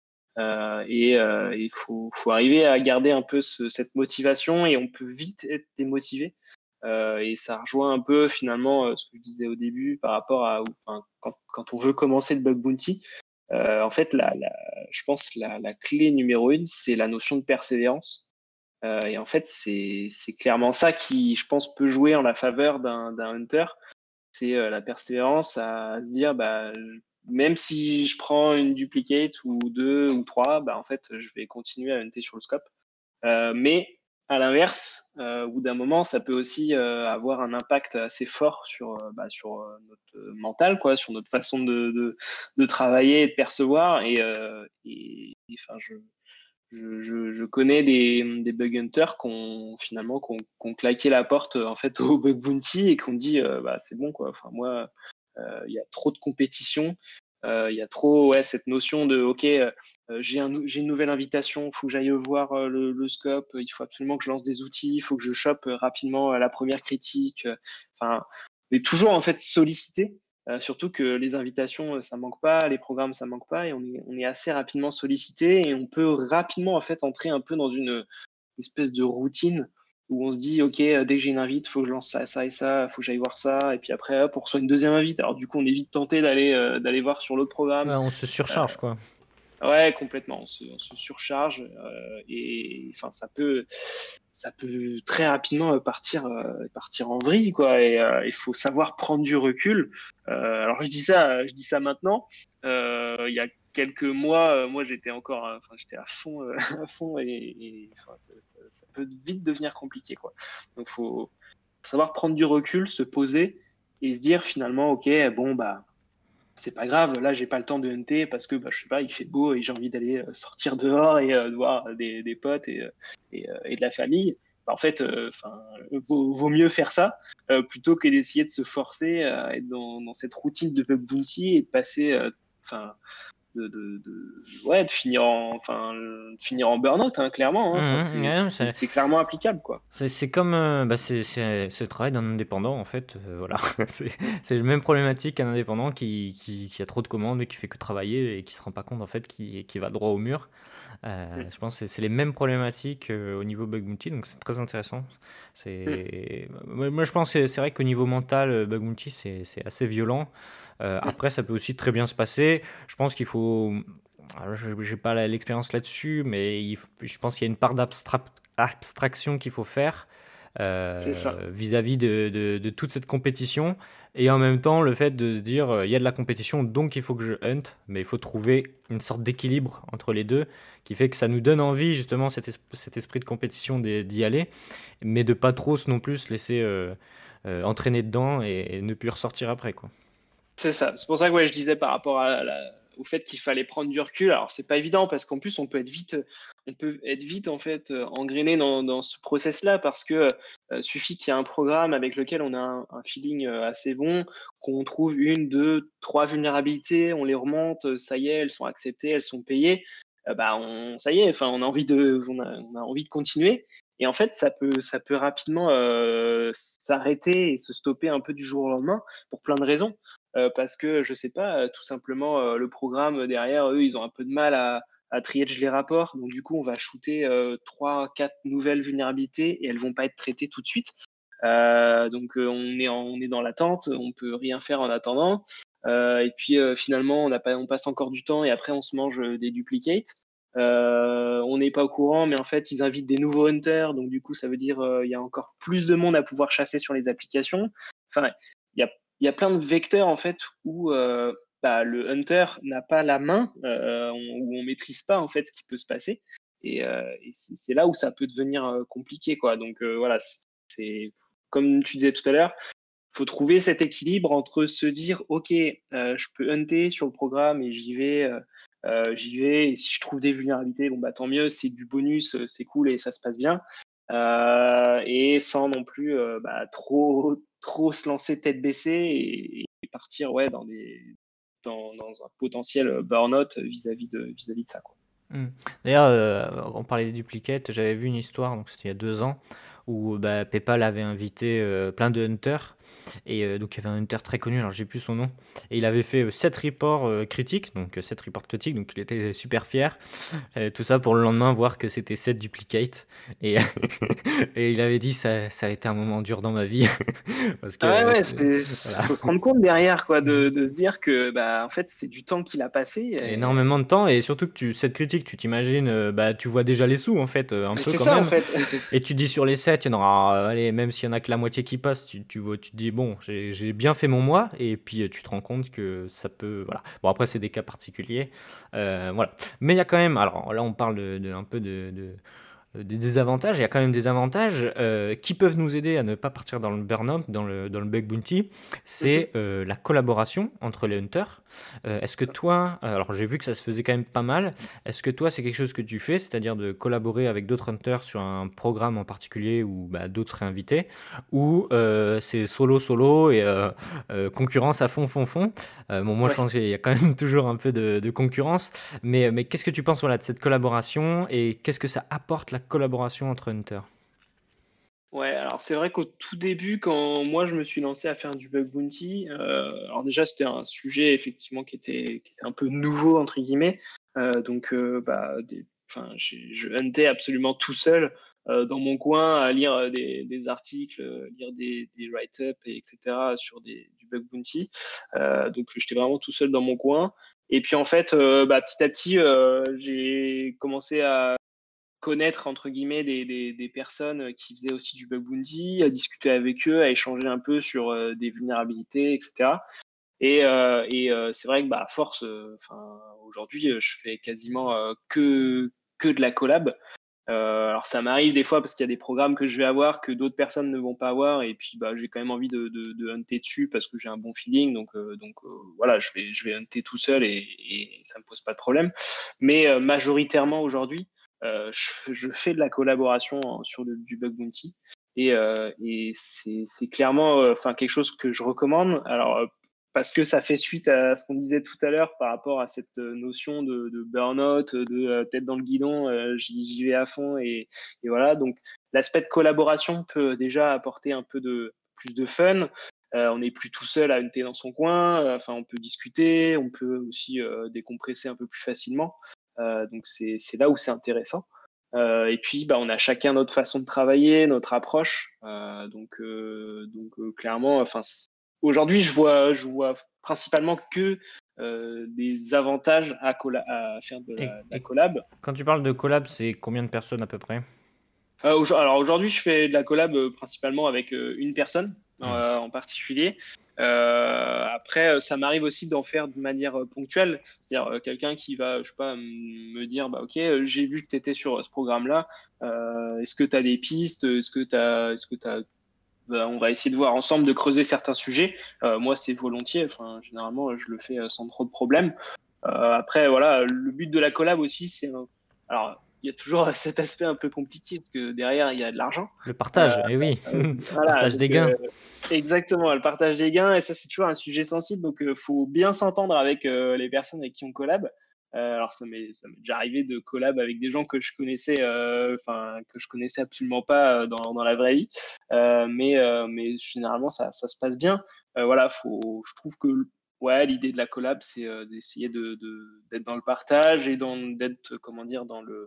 S2: Euh, et euh, il faut, faut arriver à garder un peu ce, cette motivation et on peut vite être démotivé. Euh, et ça rejoint un peu finalement euh, ce que je disais au début par rapport à enfin, quand, quand on veut commencer le bug bounty. Euh, en fait, la, la, je pense la, la clé numéro une, c'est la notion de persévérance. Euh, et en fait, c'est, c'est clairement ça qui, je pense, peut jouer en la faveur d'un, d'un hunter. C'est euh, la persévérance à se dire, bah, même si je prends une duplicate ou deux ou trois, bah, en fait, je vais continuer à hunter sur le scope. Euh, mais à l'inverse, euh, au bout d'un moment, ça peut aussi euh, avoir un impact assez fort sur, euh, bah, sur euh, notre mental, quoi, sur notre façon de, de, de travailler et de percevoir. Et, euh, et, et enfin, je, je, je, je connais des, des bug hunters qui ont finalement qui ont, qui ont claqué la porte en fait au bug bounty et qui ont dit euh, bah c'est bon quoi. Enfin moi, euh, il y a trop de compétition, euh, il y a trop ouais cette notion de ok euh, j'ai un j'ai une nouvelle invitation, il faut que j'aille voir euh, le, le scope, il faut absolument que je lance des outils, il faut que je chope euh, rapidement euh, la première critique. euh, Enfin, on est toujours en fait sollicité. Euh, surtout que les invitations, euh, ça manque pas, les programmes, ça manque pas, et on est, on est assez rapidement sollicité et on peut rapidement en fait entrer un peu dans une espèce de routine où on se dit ok, euh, dès que j'ai une invite, faut que je lance ça, ça et ça, faut que j'aille voir ça, et puis après hop, on reçoit une deuxième invite. Alors du coup, on est vite tenté d'aller euh, d'aller voir sur l'autre
S1: Ouais,
S2: programme.
S1: on se
S2: Euh,
S1: surcharge quoi.
S2: Ouais, complètement. On se, on se surcharge euh, et enfin ça peut ça peut très rapidement euh, partir euh, partir en vrille quoi. Et euh, il faut savoir prendre du recul. Euh, alors je dis ça je dis ça maintenant. Euh, il y a quelques mois, euh, moi j'étais encore euh, enfin j'étais à fond euh, à fond et, et enfin ça, ça, ça peut vite devenir compliqué quoi. Donc faut savoir prendre du recul, se poser et se dire finalement ok bon bah c'est pas grave, là j'ai pas le temps de hunter parce que bah, je sais pas, il fait beau et j'ai envie d'aller euh, sortir dehors et euh, de voir des, des potes et, euh, et, euh, et de la famille. bah, en fait, enfin, vaut, vaut mieux faire ça euh, plutôt que d'essayer de se forcer à être dans, dans cette routine de bug bounty et de passer, enfin, de, de, de, ouais, de finir en, enfin, de finir en burn-out, hein, clairement. Hein. Enfin,
S1: Mhm,
S2: c'est,
S1: ouais,
S2: c'est,
S1: c'est
S2: c'est clairement applicable, quoi.
S1: c'est- c'est comme euh, bah, c'est c'est- c'est le travail d'un indépendant en fait. euh, voilà, c'est c'est le même problématique qu'un indépendant qui, qui, qui a trop de commandes et qui fait que travailler et qui se rend pas compte en fait qui, qui va droit au mur. Euh,
S2: Mm.
S1: je pense que c'est c'est les mêmes problématiques euh, au niveau bug bounty, donc c'est très intéressant.
S2: Mm.
S1: C'est moi, moi, je pense que c'est vrai qu'au niveau mental, euh, bug bounty c'est c'est assez violent. Euh,
S2: Mm.
S1: après, ça peut aussi très bien se passer. Je pense qu'il faut. Alors, je n'ai pas la- l'expérience là-dessus, mais il f- je pense qu'il y a une part d'abstra- abstraction qu'il faut faire
S2: C'est ça.
S1: euh, vis-à-vis de, de- de toute cette compétition. Et en même temps, le fait de se dire, euh, il y a de la compétition, donc il faut que je hunt, mais il faut trouver une sorte d'équilibre entre les deux, qui fait que ça nous donne envie, justement, cet, es- cet esprit de compétition d'y d'y aller, mais de pas trop non plus se laisser euh, euh, entraîner dedans et, et ne plus ressortir après, quoi.
S2: C'est ça. C'est pour ça que ouais, je disais par rapport à la- au fait qu'il fallait prendre du recul. Alors c'est pas évident parce qu'en plus on peut être vite, on peut être vite en fait euh, engrainé dans, dans ce process-là parce que euh, suffit qu'il y ait un programme avec lequel on a un, un feeling euh, assez bon, qu'on trouve une, deux, trois vulnérabilités, on les remonte, euh, ça y est, elles sont acceptées, elles sont payées. Euh, bah on, ça y est, enfin on a envie de, on a, on a envie de continuer. Et en fait, ça peut, ça peut rapidement euh, s'arrêter et se stopper un peu du jour au lendemain pour plein de raisons. Euh, parce que je sais pas, euh, tout simplement euh, le programme derrière, eux, ils ont un peu de mal à, à triage les rapports. Donc du coup, on va shooter euh, trois, quatre nouvelles vulnérabilités et elles vont pas être traitées tout de suite. Euh, donc euh, on est en- on est dans l'attente, on peut rien faire en attendant. Euh, et puis euh, finalement, on, a pas, on passe encore du temps et après on se mange euh, des duplicates. Euh, on n'est pas au courant, mais en fait, ils invitent des nouveaux hunters, donc du coup, ça veut dire euh, il y a encore plus de monde à pouvoir chasser sur les applications. Enfin, il y a, il y a plein de vecteurs en fait où euh, bah, le hunter n'a pas la main, euh, on- où on maîtrise pas en fait ce qui peut se passer. Et, euh, et c'est c'est là où ça peut devenir euh, compliqué, quoi. Donc euh, voilà, c'est comme tu disais tout à l'heure, faut trouver cet équilibre entre se dire, ok, euh, je peux hunter sur le programme et j'y vais, euh, euh, j'y vais. Et si je trouve des vulnérabilités, bon bah tant mieux, c'est du bonus, euh, c'est cool et ça se passe bien. Euh, et sans non plus euh, bah, trop, trop se lancer tête baissée et, et partir ouais dans des dans, dans un potentiel burn-out vis-à-vis de vis-à-vis de ça, quoi.
S1: Hmm. D'ailleurs, euh, on parlait des duplicates, j'avais vu une histoire, donc c'était il y a deux ans, où bah, PayPal avait invité euh, plein de hunters. Et euh, donc il y avait un hunter très connu, alors j'ai plus son nom, et il avait fait sept reports euh, critiques, donc sept reports critiques, donc il était super fier. Euh, tout ça pour le lendemain voir que c'était sept duplicates. Et, et il avait dit ça, ça a été un moment dur dans ma vie. Parce
S2: Ouais,
S1: que
S2: ouais,
S1: c'est-
S2: c'est,
S1: voilà.
S2: faut se rendre compte derrière, quoi, de, de se dire que, bah, en fait, c'est du temps qu'il a passé. Et,
S1: Énormément de temps, et surtout que tu, cette critique, tu t'imagines, euh, bah, tu vois déjà les sous en fait, euh, un
S2: mais
S1: peu
S2: c'est
S1: quand
S2: ça, en
S1: même.
S2: fait.
S1: Et tu dis sur les sept, il y en aura, euh, allez, même s'il y en a que la moitié qui passe, tu, tu, vois, tu te dis, bon, j'ai j'ai bien fait mon mois, et puis euh, tu te rends compte que ça peut. Voilà. Bon, après, c'est des cas particuliers. Euh, voilà. Mais il y a quand même, alors là, on parle de, de- un peu de, de- euh, des désavantages, il y a quand même des avantages euh, qui peuvent nous aider à ne pas partir dans le burn-out, dans le, dans le bug bounty.
S2: Mhm.
S1: C'est euh, la collaboration entre les hunters. Euh, est-ce que toi, euh, alors j'ai vu que ça se faisait quand même pas mal, est-ce que toi c'est quelque chose que tu fais, c'est-à-dire de collaborer avec d'autres hunters sur un programme en particulier où bah, d'autres seraient invités, ou euh, c'est solo solo et euh, euh, concurrence à fond fond fond. Euh, bon, moi je
S2: Ouais.
S1: pense qu'il y a quand même toujours un peu de, de concurrence, mais, mais qu'est-ce que tu penses voilà, de cette collaboration et qu'est-ce que ça apporte la collaboration entre hunters?
S2: Ouais, alors c'est vrai qu'au tout début, quand moi je me suis lancé à faire du bug bounty, euh, alors déjà c'était un sujet effectivement qui était, qui était un peu nouveau entre guillemets, euh, donc euh, bah, des, enfin, j'ai- je huntais absolument tout seul euh, dans mon coin à lire euh, des, des articles, euh, lire des, des write-up et etc. sur des, du bug bounty. Euh, donc j'étais vraiment tout seul dans mon coin. Et puis en fait, euh, bah, petit à petit, euh, j'ai commencé à connaître entre guillemets des, des, des personnes qui faisaient aussi du bug bounty, à discuter avec eux, à échanger un peu sur euh, des vulnérabilités, et cetera. Et, euh, et euh, c'est vrai que bah, à force, euh, enfin, aujourd'hui, euh, je fais quasiment euh, que, que de la collab. Euh, alors ça m'arrive des fois parce qu'il y a des programmes que je vais avoir que d'autres personnes ne vont pas avoir et puis bah, j'ai quand même envie de, de, de hunter dessus parce que j'ai un bon feeling donc, euh, donc euh, voilà je vais, je vais hunter tout seul et, et ça me pose pas de problème mais euh, majoritairement aujourd'hui euh, je, je fais de la collaboration en- sur le- du bug bounty. Et, euh, et c'est c'est clairement euh, enfin, quelque chose que je recommande. Alors, euh, parce que ça fait suite à ce qu'on disait tout à l'heure par rapport à cette euh, notion de, de burn-out, de euh, tête dans le guidon, euh, j'y j'y vais à fond. Et, et voilà, donc l'aspect de collaboration peut déjà apporter un peu de plus de fun. Euh, on n'est plus tout seul à une thé dans son coin. Euh, Enfin, on peut discuter, on peut aussi euh, décompresser un peu plus facilement. Euh, donc c'est c'est là où c'est intéressant. Euh, et puis, bah, on a chacun notre façon de travailler, notre approche. Euh, donc, euh, donc euh, clairement, enfin, c- aujourd'hui, je vois, je vois principalement que euh, des avantages à, colla- à faire de
S1: Et,
S2: la, de la
S1: et
S2: collab.
S1: quand tu parles de collab, c'est combien de personnes à peu près?
S2: Euh, aujo- alors aujourd'hui, je fais de la collab euh, principalement avec euh, une personne
S1: Hmm.
S2: euh, en particulier. Euh, après, euh, ça m'arrive aussi d'en faire de manière euh, ponctuelle, c'est-à-dire euh, quelqu'un qui va, je sais pas, m- me dire, bah ok, euh, j'ai vu que tu étais sur euh, ce programme-là. Euh, est-ce que tu as des pistes? Est-ce que tu as, est-ce que t'as bah, on va essayer de voir ensemble de creuser certains sujets. Euh, moi, c'est volontiers. Enfin, généralement, je le fais euh, sans trop de problèmes. Euh, après, voilà, le but de la collab aussi, c'est un- alors il y a toujours cet aspect un peu compliqué parce que derrière il y a de l'argent.
S1: Le
S2: Euh,
S1: partage, eh oui,
S2: euh, voilà,
S1: partage des
S2: donc
S1: gains.
S2: euh, exactement, le partage des gains et ça c'est toujours un sujet sensible, donc il faut bien s'entendre avec euh, les personnes avec qui on collab. Euh, alors ça m'est ça m'est déjà arrivé de collab avec des gens que je connaissais, euh, enfin que je connaissais absolument pas euh, dans, dans la vraie vie, Euh, mais euh, mais généralement ça ça se passe bien. Euh, voilà, faut, je trouve que ouais, l'idée de la collab, c'est euh, d'essayer de, de- d'être dans le partage et dans, d'être, comment dire, dans le,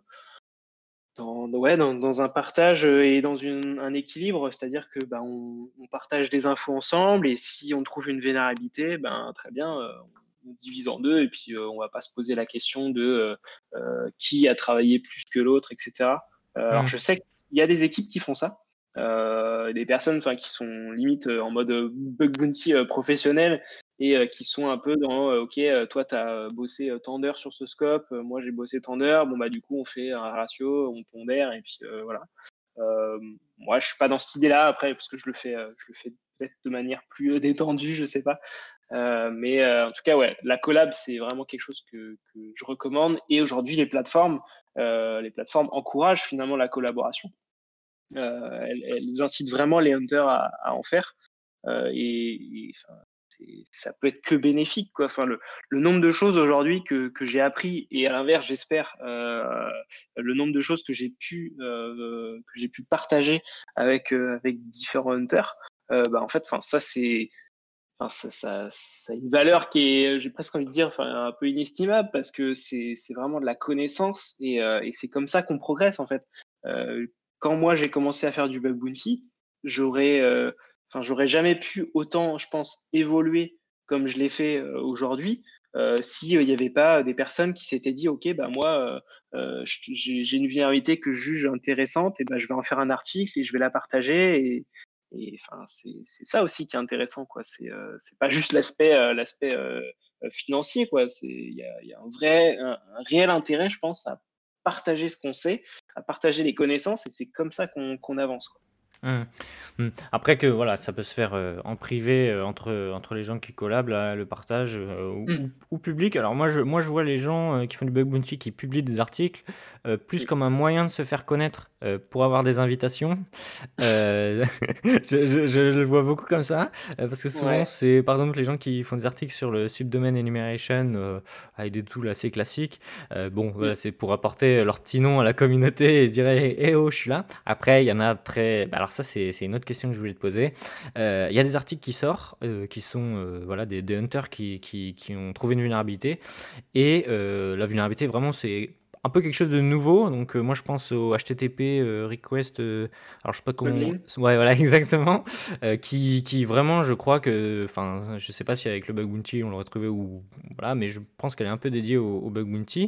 S2: dans, ouais, dans, dans un partage euh, et dans une, un équilibre, c'est-à-dire que ben, on, on partage des infos ensemble et si on trouve une vulnérabilité, ben très bien, euh, on divise en deux et puis euh, on va pas se poser la question de euh, euh, qui a travaillé plus que l'autre, et cetera. Euh, alors
S1: Hmm.
S2: je sais qu'il y a des équipes qui font ça. Euh, des personnes enfin qui sont limite euh, en mode euh, bug bounty euh, professionnel et euh, qui sont un peu dans euh, ok euh, toi tu as bossé euh, tant d'heures sur ce scope, euh, moi j'ai bossé tant d'heures, bon bah du coup on fait un ratio, on pondère et puis euh, voilà. Euh, moi je suis pas dans cette idée là après parce que je le fais euh, je le fais peut-être de manière plus euh, détendue, je sais pas. Euh, mais euh, en tout cas ouais, la collab c'est vraiment quelque chose que, que je recommande et aujourd'hui les plateformes euh, les plateformes encouragent finalement la collaboration. Euh, elles, elles incitent vraiment les hunters à, à en faire. Euh, et, et enfin, c'est- ça peut être que bénéfique, quoi. Enfin, le, le nombre de choses aujourd'hui que, que j'ai appris, et à l'inverse, j'espère, euh, le nombre de choses que j'ai pu, euh, que j'ai pu partager avec, euh, avec différents hunters, euh, bah, en fait, enfin, ça, c'est, enfin, ça, ça, ça a une valeur qui est, j'ai presque envie de dire, enfin, un peu inestimable parce que c'est, c'est vraiment de la connaissance et, euh, et c'est comme ça qu'on progresse, en fait. Euh, quand moi, j'ai commencé à faire du bug bounty, j'aurais, euh, enfin, j'aurais jamais pu autant, je pense, évoluer comme je l'ai fait euh, aujourd'hui euh, si euh, il n'y avait pas des personnes qui s'étaient dit, OK, bah, moi, euh, euh, j'ai j'ai une vulnérabilité que je juge intéressante et ben je vais en faire un article et je vais la partager et, et enfin, c'est c'est ça aussi qui est intéressant, quoi. C'est euh, c'est pas juste l'aspect euh, l'aspect euh, euh, financier, quoi. C'est il y a, il y a un vrai, un, un réel intérêt, je pense, à partager ce qu'on sait, à partager les connaissances, et c'est comme ça qu'on qu'on avance, quoi.
S1: Hmm. Hmm. Après que voilà, ça peut se faire euh, en privé euh, entre, entre les gens qui collabent, là, le partage euh, ou,
S2: Mm,
S1: ou- ou public. Alors moi je, moi je vois les gens euh, qui font du bug bounty qui publient des articles euh, plus
S2: mm.
S1: comme un moyen de se faire connaître euh, pour avoir des invitations. Euh, je, je- je le vois beaucoup comme ça euh, parce que souvent
S2: Ouais.
S1: c'est par exemple les gens qui font des articles sur le subdomain enumeration euh, avec des tools assez classiques. Euh, bon voilà,
S2: Mm.
S1: c'est pour apporter leur petit nom à la communauté et se dire eh eh oh je suis là. Après il y en a très bah, alors ça c'est c'est une autre question que je voulais te poser. Euh, Il y a des articles qui sortent euh, qui sont euh, voilà des, des hunters qui, qui, qui ont trouvé une vulnérabilité et euh, la vulnérabilité vraiment c'est un peu quelque chose de nouveau. Donc euh, moi je pense au H T T P euh, request euh, alors je sais pas comment
S2: Smuggling.
S1: ouais voilà exactement euh, qui, qui vraiment je crois que enfin je sais pas si avec le bug bounty on l'aurait trouvé ou voilà mais je pense qu'elle est un peu dédiée au, au bug bounty.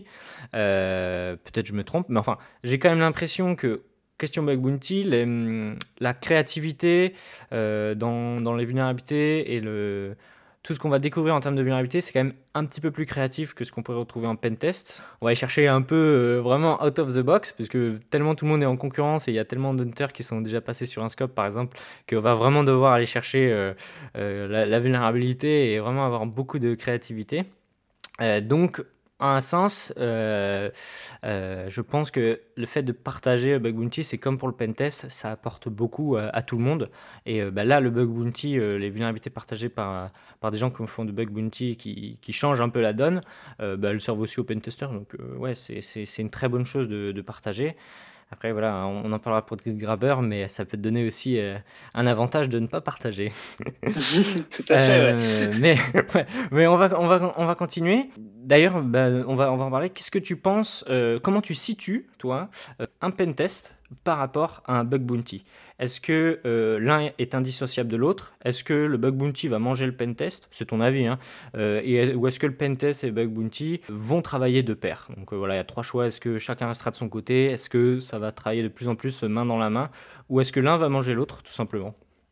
S1: Euh, peut-être je me trompe mais enfin j'ai quand même l'impression que question bug bounty, les- la créativité euh, dans, dans les vulnérabilités et le, tout ce qu'on va découvrir en termes de vulnérabilité, c'est quand même un petit peu plus créatif que ce qu'on pourrait retrouver en pentest. On va aller chercher un peu euh, vraiment out of the box, parce que tellement tout le monde est en concurrence et il y a tellement d'hunters qui sont déjà passés sur un scope, par exemple, qu'on va vraiment devoir aller chercher euh, euh, la, la vulnérabilité et vraiment avoir beaucoup de créativité. Euh, donc, En un sens, heu heu, je pense que le fait de partager le bug bounty, c'est comme pour le pentest, ça apporte beaucoup, heu, à tout le monde et heu, bah, là, le bug bounty, heu, les vulnérabilités partagées par, par des gens qui font du bug bounty et qui qui changent un peu la donne, heu, bah, elles servent aussi aux pentesters donc heu, ouais, c'est c'est c'est une très bonne chose de de partager. Après voilà, on on en parlera pour Grabber, mais ça peut te donner aussi, heu, un avantage de ne pas partager.
S2: Tout à fait, ouais.
S1: Heu, mais ouais, mais on va on va on va continuer. D'ailleurs, bah, on va on va en parler. Qu'est-ce que tu penses, heu, comment tu situes, toi, heu, un pentest par rapport à un bug bounty? Est-ce que, heu, l'un est indissociable de l'autre? Est-ce que le bug bounty va manger le pentest? C'est ton avis, hein, heu, et ou est-ce que le pentest et le bug bounty vont travailler de pair? Donc, heu, voilà, il y a trois choix. Est-ce que chacun restera de son côté? Est-ce que ça va travailler de plus en plus main dans la main? Ou est-ce que l'un va manger l'autre, tout simplement?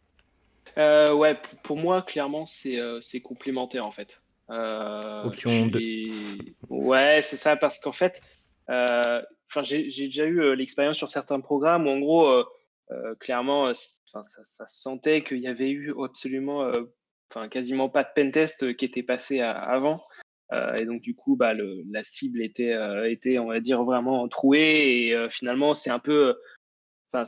S2: Euh, ouais, p- pour moi, clairement, c'est euh, c'est complémentaire en fait. Euh,
S1: Option deux.
S2: j'ai... Ouais, c'est ça, parce qu'en fait, euh, enfin, j'ai j'ai déjà eu euh, l'expérience sur certains programmes où en gros, euh, euh, clairement, euh, c- enfin, ça, ça se sentait qu'il y avait eu absolument, euh, enfin, quasiment pas de pentest euh, qui était passé à- avant. Euh, et donc, du coup, bah, le, la cible était, euh, était, on va dire, vraiment trouée. Et euh, finalement, c'est un peu. euh, Enfin,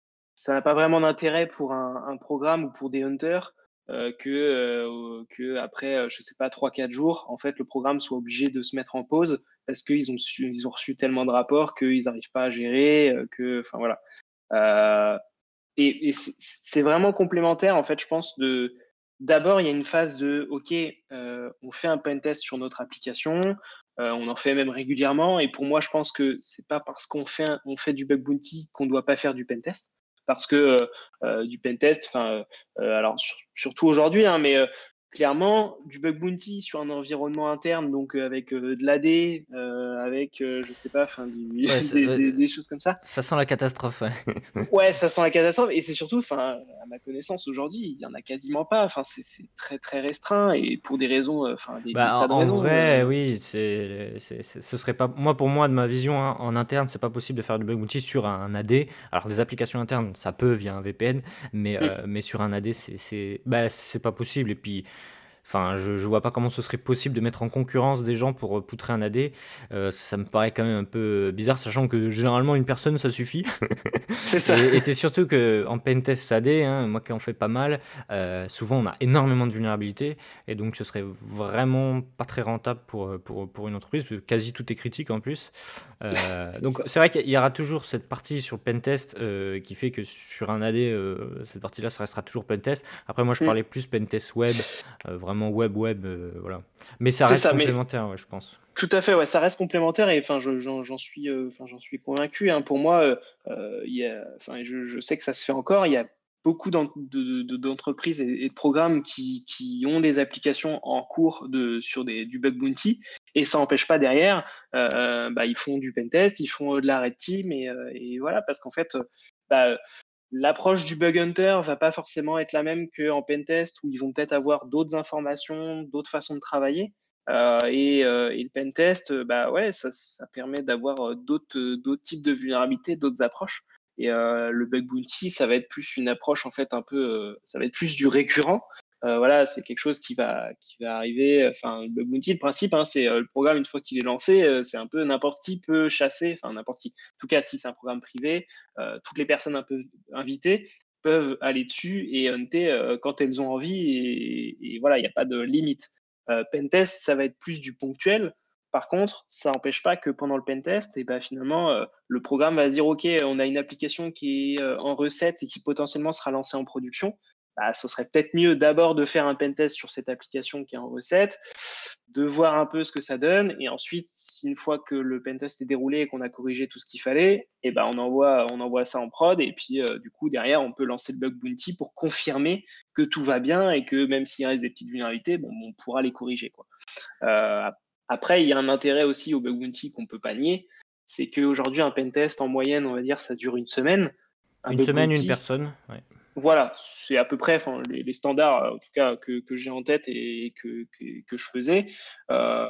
S2: ça n'a pas vraiment d'intérêt pour un, un programme ou pour des hunters euh, que, euh, que après, euh, je sais pas, trois quatre jours, en fait, le programme soit obligé de se mettre en pause parce qu'ils ont, su- ils ont reçu tellement de rapports qu'ils n'arrivent pas à gérer, euh, que, enfin voilà. Euh, et et c'est c'est vraiment complémentaire, en fait, je pense, de. D'abord, il y a une phase de, OK, euh, on fait un pentest sur notre application, euh, on en fait même régulièrement, et pour moi, je pense que c'est pas parce qu'on fait, un- on fait du bug bounty qu'on ne doit pas faire du pentest, parce que euh, euh, du pentest, enfin, euh, alors sur- surtout aujourd'hui, hein, mais euh, clairement, du bug bounty sur un environnement interne, donc euh, avec euh, de l'A D, euh, avec, euh, je sais pas, enfin, du-
S1: Ouais, c'est
S2: des,
S1: ouais,
S2: des- des choses comme ça.
S1: ça sent la catastrophe, ouais.
S2: Ouais, ça sent la catastrophe. Et c'est surtout, enfin, à ma connaissance, aujourd'hui, il y en a quasiment pas. Enfin, c'est c'est très, très restreint et pour des raisons, euh, enfin, des, des
S1: Bah,
S2: tas de
S1: en en
S2: raisons.
S1: vrai,
S2: euh.
S1: oui, c'est c'est c'est ce serait pas moi, pour moi, de ma vision, hein, en interne, c'est pas possible de faire du bug bounty sur un A D. Alors des applications internes, ça peut via un V P N, mais
S2: Mm.
S1: heu, mais sur un A D, c'est c'est bah, c'est pas possible et puis enfin, je, je vois pas comment ce serait possible de mettre en concurrence des gens pour euh, poutrer un A D. Euh, ça me paraît quand même un peu bizarre, sachant que généralement une personne ça suffit.
S2: C'est ça.
S1: et et c'est surtout que en pentest A D, hein, moi qui en fais pas mal, euh, souvent on a énormément de vulnérabilités et donc ce serait vraiment pas très rentable pour, euh, pour, pour une entreprise, parce que quasi tout est critique en plus. Euh,
S2: C'est
S1: donc
S2: ça.
S1: c'est vrai qu'il y aura toujours cette partie sur le pentest euh, qui fait que sur un A D, euh, cette partie-là, ça restera toujours pentest. Après, moi je
S2: Mm.
S1: parlais plus pentest web, euh, vraiment web web, euh, voilà. Mais ça
S2: C'est
S1: reste
S2: ça. Mais
S1: complémentaire, ouais, je pense.
S2: tout à fait, ouais, ça reste complémentaire et enfin, je- j'en j'en suis, euh, enfin, j'en suis convaincu, hein. Pour moi, euh, euh, il y a, enfin, je, je sais que ça se fait encore. Il y a beaucoup d'en- de- de- d'entreprises et, et de programmes qui, qui ont des applications en cours de, sur des, du bug bounty et ça n'empêche pas derrière, euh, bah, ils font du pentest, ils font euh, de la red team et, euh, et voilà, parce qu'en fait, euh, bah, l'approche du bug hunter va pas forcément être la même qu'en pentest où ils vont peut-être avoir d'autres informations, d'autres façons de travailler. Euh, et, euh, et le pentest, euh, bah ouais, ça, ça permet d'avoir euh, d'autres euh, d'autres types de vulnérabilités, d'autres approches. Et euh, le bug bounty, ça va être plus une approche en fait un peu, euh, ça va être plus du récurrent. Euh, voilà, c'est quelque chose qui va qui va arriver. Enfin, le bug bounty, le principe, hein, c'est euh, le programme une fois qu'il est lancé, euh, c'est un peu n'importe qui peut chasser. Enfin, n'importe qui. En tout cas, si c'est un programme privé, euh, toutes les personnes un peu invitées peuvent aller dessus et hunter euh, quand elles ont envie. Et, et voilà, il n'y a pas de limite. Euh, pentest, ça va être plus du ponctuel. Par contre, ça n'empêche pas que pendant le pentest, et ben finalement, euh, le programme va se dire, OK, on a une application qui est euh, en recette et qui potentiellement sera lancée en production. Bah, ce serait peut-être mieux d'abord de faire un pentest sur cette application qui est en recette, de voir un peu ce que ça donne, et ensuite, une fois que le pentest est déroulé et qu'on a corrigé tout ce qu'il fallait, et ben on envoie, on envoie ça en prod, et puis euh, du coup, derrière, on peut lancer le bug bounty pour confirmer que tout va bien et que même s'il reste des petites vulnérabilités, bon, on pourra les corriger, quoi. Euh, Après, il y a un intérêt aussi au bug bounty qu'on peut pas nier, c'est qu'aujourd'hui, un pentest, en moyenne, on va dire, ça dure une semaine. Un
S1: Une
S2: bug
S1: semaine, une
S2: bounty,
S1: personne, ouais.
S2: voilà, c'est à peu près enfin, les, les standards, en tout cas, que, que j'ai en tête et que, que, que je faisais. Euh,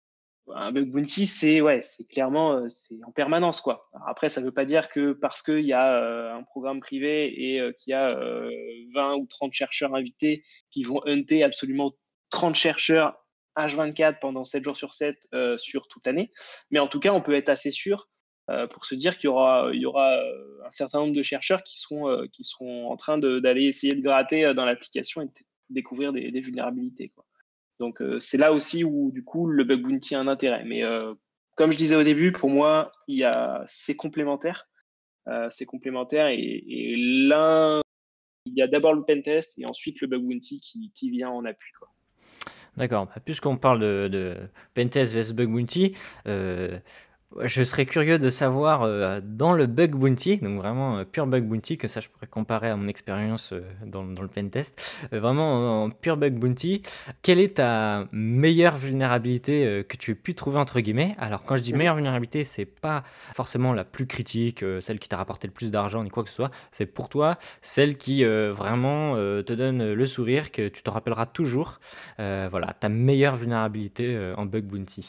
S2: un bug bounty, c'est ouais, c'est clairement euh, c'est en permanence quoi. Alors après, ça ne veut pas dire que parce qu'il y a euh, un programme privé et euh, qu'il y a euh, vingt ou trente chercheurs invités qui vont hunter absolument trente chercheurs H vingt-quatre pendant sept jours sur sept euh, sur toute l'année. Mais en tout cas, on peut être assez sûr euh, pour se dire qu'il y aura, il y aura euh, un certain nombre de chercheurs qui seront, euh, qui seront en train de, d'aller essayer de gratter euh, dans l'application et de t- découvrir des, des vulnérabilités, quoi. Donc, euh, c'est là aussi où, du coup, le bug bounty a un intérêt. Mais euh, comme je disais au début, pour moi, il y a, c'est complémentaire. Euh, c'est complémentaire et, et l'un, il y a d'abord le pentest et ensuite le bug bounty qui, qui vient en appui, quoi.
S1: D'accord. Bah, puisqu'on parle de, de Pentest vs Bug Bounty, euh, je serais curieux de savoir euh, dans le Bug Bounty, donc vraiment euh, pur Bug Bounty, que ça je pourrais comparer à mon expérience euh, dans, dans le Pentest, euh, vraiment en, en pur Bug Bounty, quelle est ta meilleure vulnérabilité euh, que tu aies pu trouver entre guillemets? Alors quand je dis
S2: Mhm.
S1: meilleure vulnérabilité, c'est pas forcément la plus critique, euh, celle qui t'a rapporté le plus d'argent ni quoi que ce soit, c'est pour toi celle qui euh, vraiment euh, te donne le sourire, que tu te rappelleras toujours. Euh, voilà, ta meilleure vulnérabilité euh, en Bug Bounty.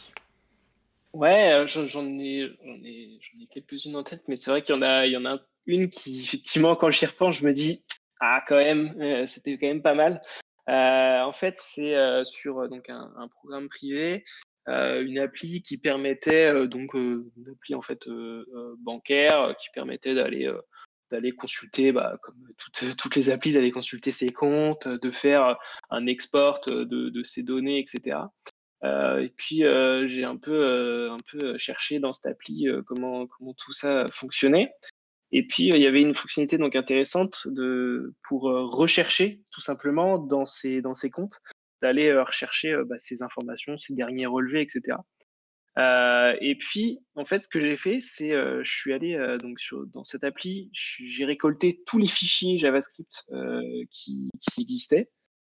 S2: Ouais, euh, j'en j'en ai, j'en ai, j'en ai quelques-unes en tête, mais c'est vrai qu'il y en a, il y en a une qui, effectivement, quand j'y repense, je me dis, ah, quand même, euh, c'était quand même pas mal. Euh, en fait, c'est euh, sur euh, donc un, un programme privé, euh, une appli qui permettait euh, donc euh, une appli en fait euh, euh, bancaire euh, qui permettait d'aller euh, d'aller consulter, bah, comme toutes, toutes les applis, d'aller consulter ses comptes, de faire un export de, de ses données, et cetera. Euh, et puis euh, j'ai un peu, euh, un peu cherché dans cette appli euh, comment, comment tout ça fonctionnait. Et puis euh, il y avait une fonctionnalité donc intéressante de, pour euh, rechercher tout simplement dans ces, dans ces comptes, d'aller euh, rechercher euh, bah, ces informations, ces derniers relevés, et cetera. Euh, et puis en fait ce que j'ai fait, c'est euh, je suis allé euh, donc sur, dans cette appli, j'ai récolté tous les fichiers JavaScript euh, qui, qui existaient.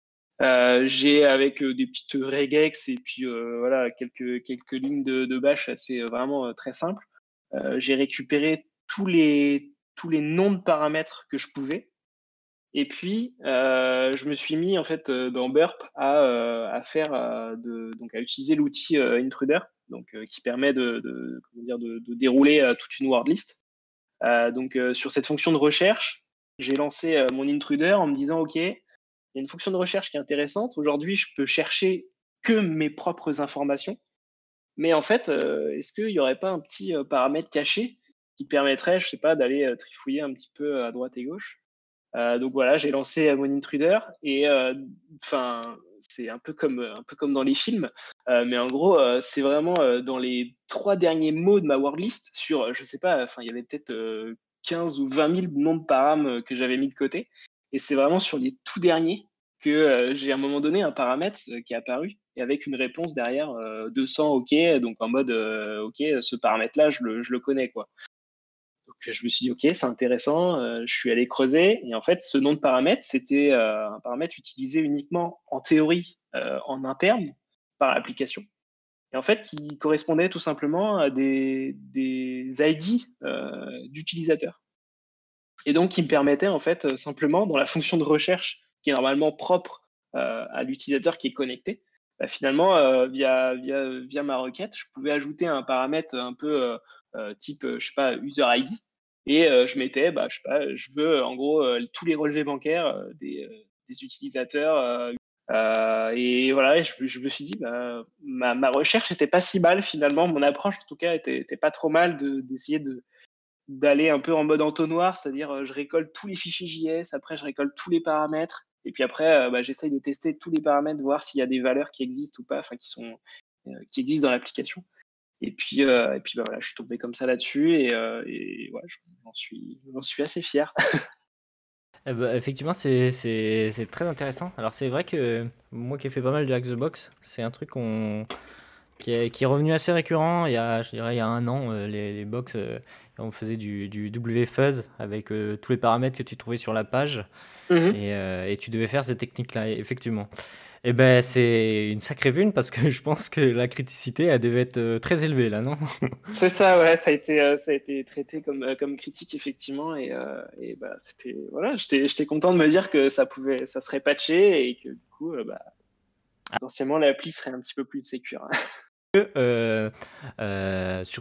S2: Euh, j'ai avec euh, des petites regex et puis euh, voilà quelques quelques lignes de, de bash assez euh, vraiment euh, très simples. Euh, j'ai récupéré tous les tous les noms de paramètres que je pouvais et puis euh, je me suis mis en fait euh, dans Burp à euh, à faire euh, de donc à utiliser l'outil euh, Intruder donc euh, qui permet de, de comment dire de, de dérouler euh, toute une word list. Euh, donc euh, sur cette fonction de recherche, j'ai lancé euh, mon Intruder en me disant ok, il y a une fonction de recherche qui est intéressante. Aujourd'hui, je peux chercher que mes propres informations. Mais en fait, euh, est-ce qu'il n'y aurait pas un petit euh, paramètre caché qui permettrait, je sais pas, d'aller euh, trifouiller un petit peu à droite et gauche. Euh, donc voilà, j'ai lancé euh, mon intruder et enfin, euh, c'est un peu comme un peu comme dans les films, euh, mais en gros, euh, c'est vraiment euh, dans les trois derniers mots de ma wordlist sur, euh, je sais pas, enfin, il y avait peut-être euh, quinze ou vingt mille noms de param euh, que j'avais mis de côté, et c'est vraiment sur les tout derniers que euh, j'ai à un moment donné un paramètre euh, qui est apparu et avec une réponse derrière euh, deux cents OK, donc en mode euh, OK, ce paramètre-là, je le, je le connais quoi. Donc je me suis dit, OK, c'est intéressant, euh, je suis allé creuser. Et en fait, ce nom de paramètre, c'était euh, un paramètre utilisé uniquement en théorie euh, en interne par l'application. Et en fait, qui correspondait tout simplement à des, des I D euh, d'utilisateurs. Et donc, qui me permettait en fait euh, simplement, dans la fonction de recherche qui est normalement propre euh, à l'utilisateur qui est connecté, bah, finalement, euh, via, via, via ma requête, je pouvais ajouter un paramètre un peu euh, euh, type, euh, je sais pas, user I D. Et euh, je mettais, bah, je sais pas, je veux en gros euh, tous les relevés bancaires euh, des, euh, des utilisateurs. Euh, euh, et voilà, je, je, me suis dit, bah, ma, ma recherche n'était pas si mal finalement. Mon approche, en tout cas, était, était pas trop mal de, d'essayer de, d'aller un peu en mode entonnoir, c'est-à-dire euh, je récolte tous les fichiers J S, après je récolte tous les paramètres, et puis après euh, bah, j'essaye de tester tous les paramètres, voir s'il y a des valeurs qui existent ou pas, enfin qui sont euh, qui existent dans l'application. Et puis euh, et puis bah, voilà, je suis tombé comme ça là-dessus et, euh, et ouais, j'en suis j'en suis assez fier.
S1: Eh ben, effectivement, c'est c'est- c'est très intéressant. Alors, c'est vrai que moi qui ai fait pas mal de Hack the Box, c'est un truc qu'on qui est, qui est revenu assez récurrent. Il y a, je dirais, il y a un an, euh, les, les box, euh, on faisait du, du W fuzz avec euh, tous les paramètres que tu trouvais sur la page
S2: Mhm.
S1: et, euh, et tu devais faire cette technique-là, effectivement. Et ben, c'est une sacrée vune parce que je pense que la criticité, elle devait être euh, très élevée là, non?
S2: C'est ça, ouais, ça a été, euh, ça a été traité comme, euh, comme critique effectivement, et, euh, et bah c'était, voilà, j'étais, j'étais content de me dire que ça pouvait, ça serait patché et que du coup, euh, bah, potentiellement l'appli serait un petit peu plus sécure.
S1: Euh, euh, sur ce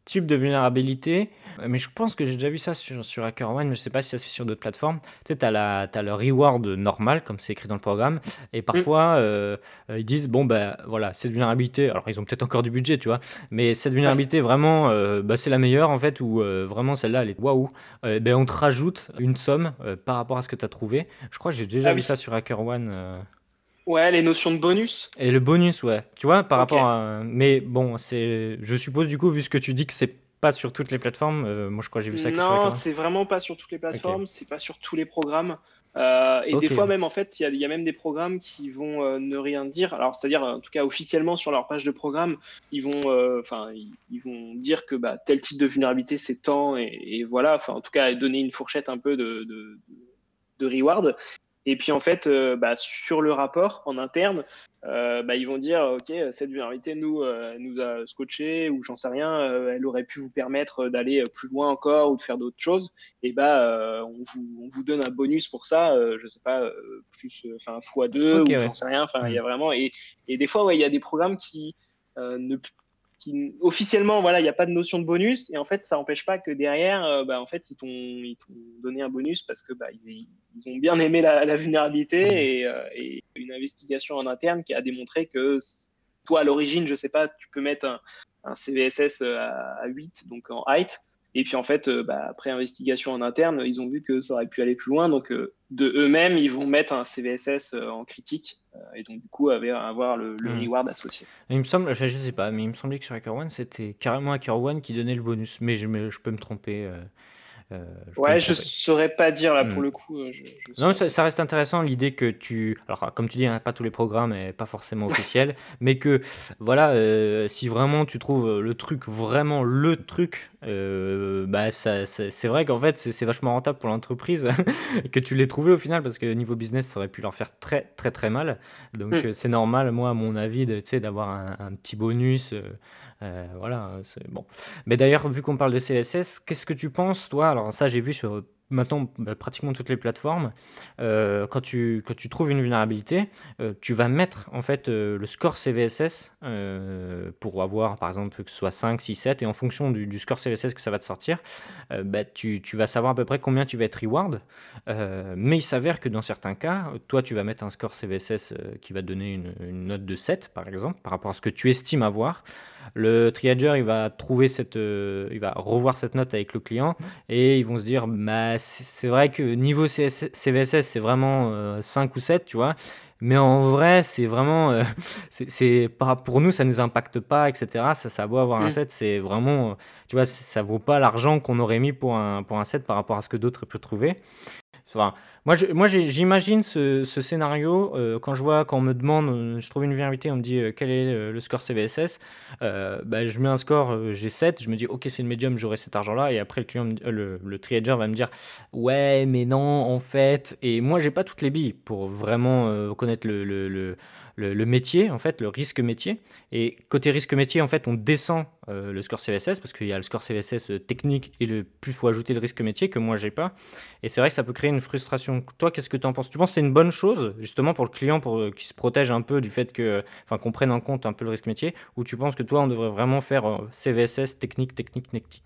S1: type de vulnérabilité, euh, mais je pense que j'ai déjà vu ça sur, sur HackerOne, mais je sais pas si ça se fait sur d'autres plateformes. Tu sais, tu as le reward normal, comme c'est écrit dans le programme, et
S2: Mm.
S1: parfois, euh, euh, ils disent, bon, ben voilà, cette vulnérabilité, alors ils ont peut-être encore du budget, tu vois, mais cette
S2: Ouais.
S1: vulnérabilité, vraiment, euh, bah, c'est la meilleure, en fait, ou euh, vraiment celle-là, elle est waouh. Euh, ben, on te rajoute une somme euh, par rapport à ce que tu as trouvé. Je crois que j'ai déjà
S2: Ah
S1: vu
S2: oui.
S1: ça sur HackerOne. euh,
S2: Ouais, les notions de bonus.
S1: Et le bonus, ouais. Tu vois, par
S2: Ok.
S1: rapport à. Mais bon, c'est. Je suppose, du coup, vu ce que tu dis que c'est pas sur toutes les plateformes, euh, moi je crois que j'ai vu ça que sur
S2: Non,
S1: HackerOne.
S2: c'est vraiment pas sur toutes les
S1: Ok.
S2: plateformes, c'est pas sur tous les programmes. Euh, et des
S1: Ok.
S2: fois même, en fait, il y a, il y a même des programmes qui vont euh, ne rien dire. Alors, c'est-à-dire, en tout cas, officiellement sur leur page de programme, ils vont, euh, enfin, ils, ils vont dire que bah, tel type de vulnérabilité c'est tant et, et voilà. Enfin, en tout cas, donner une fourchette un peu de, de, de reward. Et puis en fait, euh, bah, sur le rapport en interne, euh, bah, ils vont dire, ok, cette vulnérabilité nous, euh, nous a scotché ou j'en sais rien, euh, elle aurait pu vous permettre d'aller plus loin encore ou de faire d'autres choses. Et bah, euh, on, vous, on vous donne un bonus pour ça, euh, je sais pas, euh, plus, enfin fois deux
S1: Ok,
S2: ou
S1: ouais.
S2: j'en sais rien. Enfin, il y
S1: Hmm.
S2: a vraiment et, et des fois, ouais, il y a des programmes qui euh, ne qui, officiellement, voilà, il n'y a pas de notion de bonus, et en fait, ça n'empêche pas que derrière, euh, bah, en fait, ils t'ont, ils t'ont donné un bonus parce que bah, ils, ils ont bien aimé la, la
S1: Hmm.
S2: vulnérabilité et, euh, et, une investigation en interne qui a démontré que toi, à l'origine, je sais pas, tu peux mettre un, un C V S S à, à huit, donc en height, et puis en fait, euh, bah, après investigation en interne, ils ont vu que ça aurait pu aller plus loin, donc euh, de eux-mêmes, ils vont mettre un C V S S en critique, euh, et donc du coup, avoir le, le
S1: Hmm.
S2: reward associé.
S1: Il me semble, enfin, je sais pas, mais il me semblait que sur HackerOne, c'était carrément HackerOne qui donnait le bonus. Mais je, me- je peux me tromper. euh, euh, je peux me
S2: Ouais, je
S1: tromper.
S2: saurais pas dire là
S1: Hmm.
S2: pour le coup, euh, je, je
S1: Non,
S2: saurais
S1: ça,
S2: pas
S1: ça
S2: dire.
S1: reste intéressant l'idée que tu. Alors, comme tu dis, hein, pas tous les programmes et pas forcément officiels, mais que voilà, euh, si vraiment tu trouves euh, le truc, vraiment le truc, euh, bah, ça, ça- c'est vrai qu'en fait, c'est c'est vachement rentable pour l'entreprise que tu l'aies trouvé au final, parce que niveau business, ça aurait pu leur faire très, très, très mal. Donc,
S2: Hmm.
S1: euh, c'est normal, moi, à mon avis, de, tu sais, d'avoir un, un petit bonus. euh, euh, voilà, c'est bon. Mais d'ailleurs, vu qu'on parle de C S S, qu'est-ce que tu penses, toi? Alors, ça, j'ai vu sur maintenant bah, pratiquement toutes les plateformes. Euh, quand, tu, quand tu trouves une vulnérabilité, euh, tu vas mettre en fait euh, le score C V S S euh, pour avoir par exemple que ce soit cinq, six, sept, et en fonction du, du score C V S S que ça va te sortir, euh, bah, tu, tu vas savoir à peu près combien tu vas être reward. Euh, mais il s'avère que dans certains cas, toi tu vas mettre un score C V S S euh, qui va te donner une, une note de sept par exemple, par rapport à ce que tu estimes avoir. Le triager, il va trouver cette, euh, il va revoir cette note avec le client et ils vont se dire, bah, c'est c'est vrai que niveau C S C V S S, c'est vraiment euh, cinq ou sept, tu vois. Mais en vrai, c'est vraiment. euh, c'est c'est pas, pour nous, ça nous impacte pas, et cetera. Ça, ça a beau avoir un
S2: Hmm.
S1: sept, c'est vraiment. euh, Tu vois, c'est- ça vaut pas l'argent qu'on aurait mis pour un, pour un sept par rapport à ce que d'autres peuvent trouver. Enfin, moi, je- moi j'ai- j'imagine ce, ce scénario euh, quand je vois, quand on me demande, euh, je trouve une vulnérabilité, on me dit euh, quel est euh, le score C V S S, euh, bah, je mets un score, euh, j'ai sept, je me dis ok, c'est le médium, j'aurai cet argent-là, et après le client, me dit- euh, le, le triager va me dire ouais, mais non, en fait, et moi j'ai pas toutes les billes pour vraiment euh, connaître le, le, le, le- le métier, en fait, le risque métier. Et côté risque métier, en fait, on descend euh, le score C V S S parce qu'il y a le score C V S S technique et le plus faut ajouter le risque métier que moi j'ai pas. Et c'est vrai que ça peut créer une frustration. Toi, qu'est-ce que tu en penses? Tu penses que c'est une bonne chose, justement, pour le client, pour euh, qu'il se protège un peu du fait que, enfin, qu'on prenne en compte un peu le risque métier, ou tu penses que toi, on devrait vraiment faire euh, C V S S technique, technique, technique?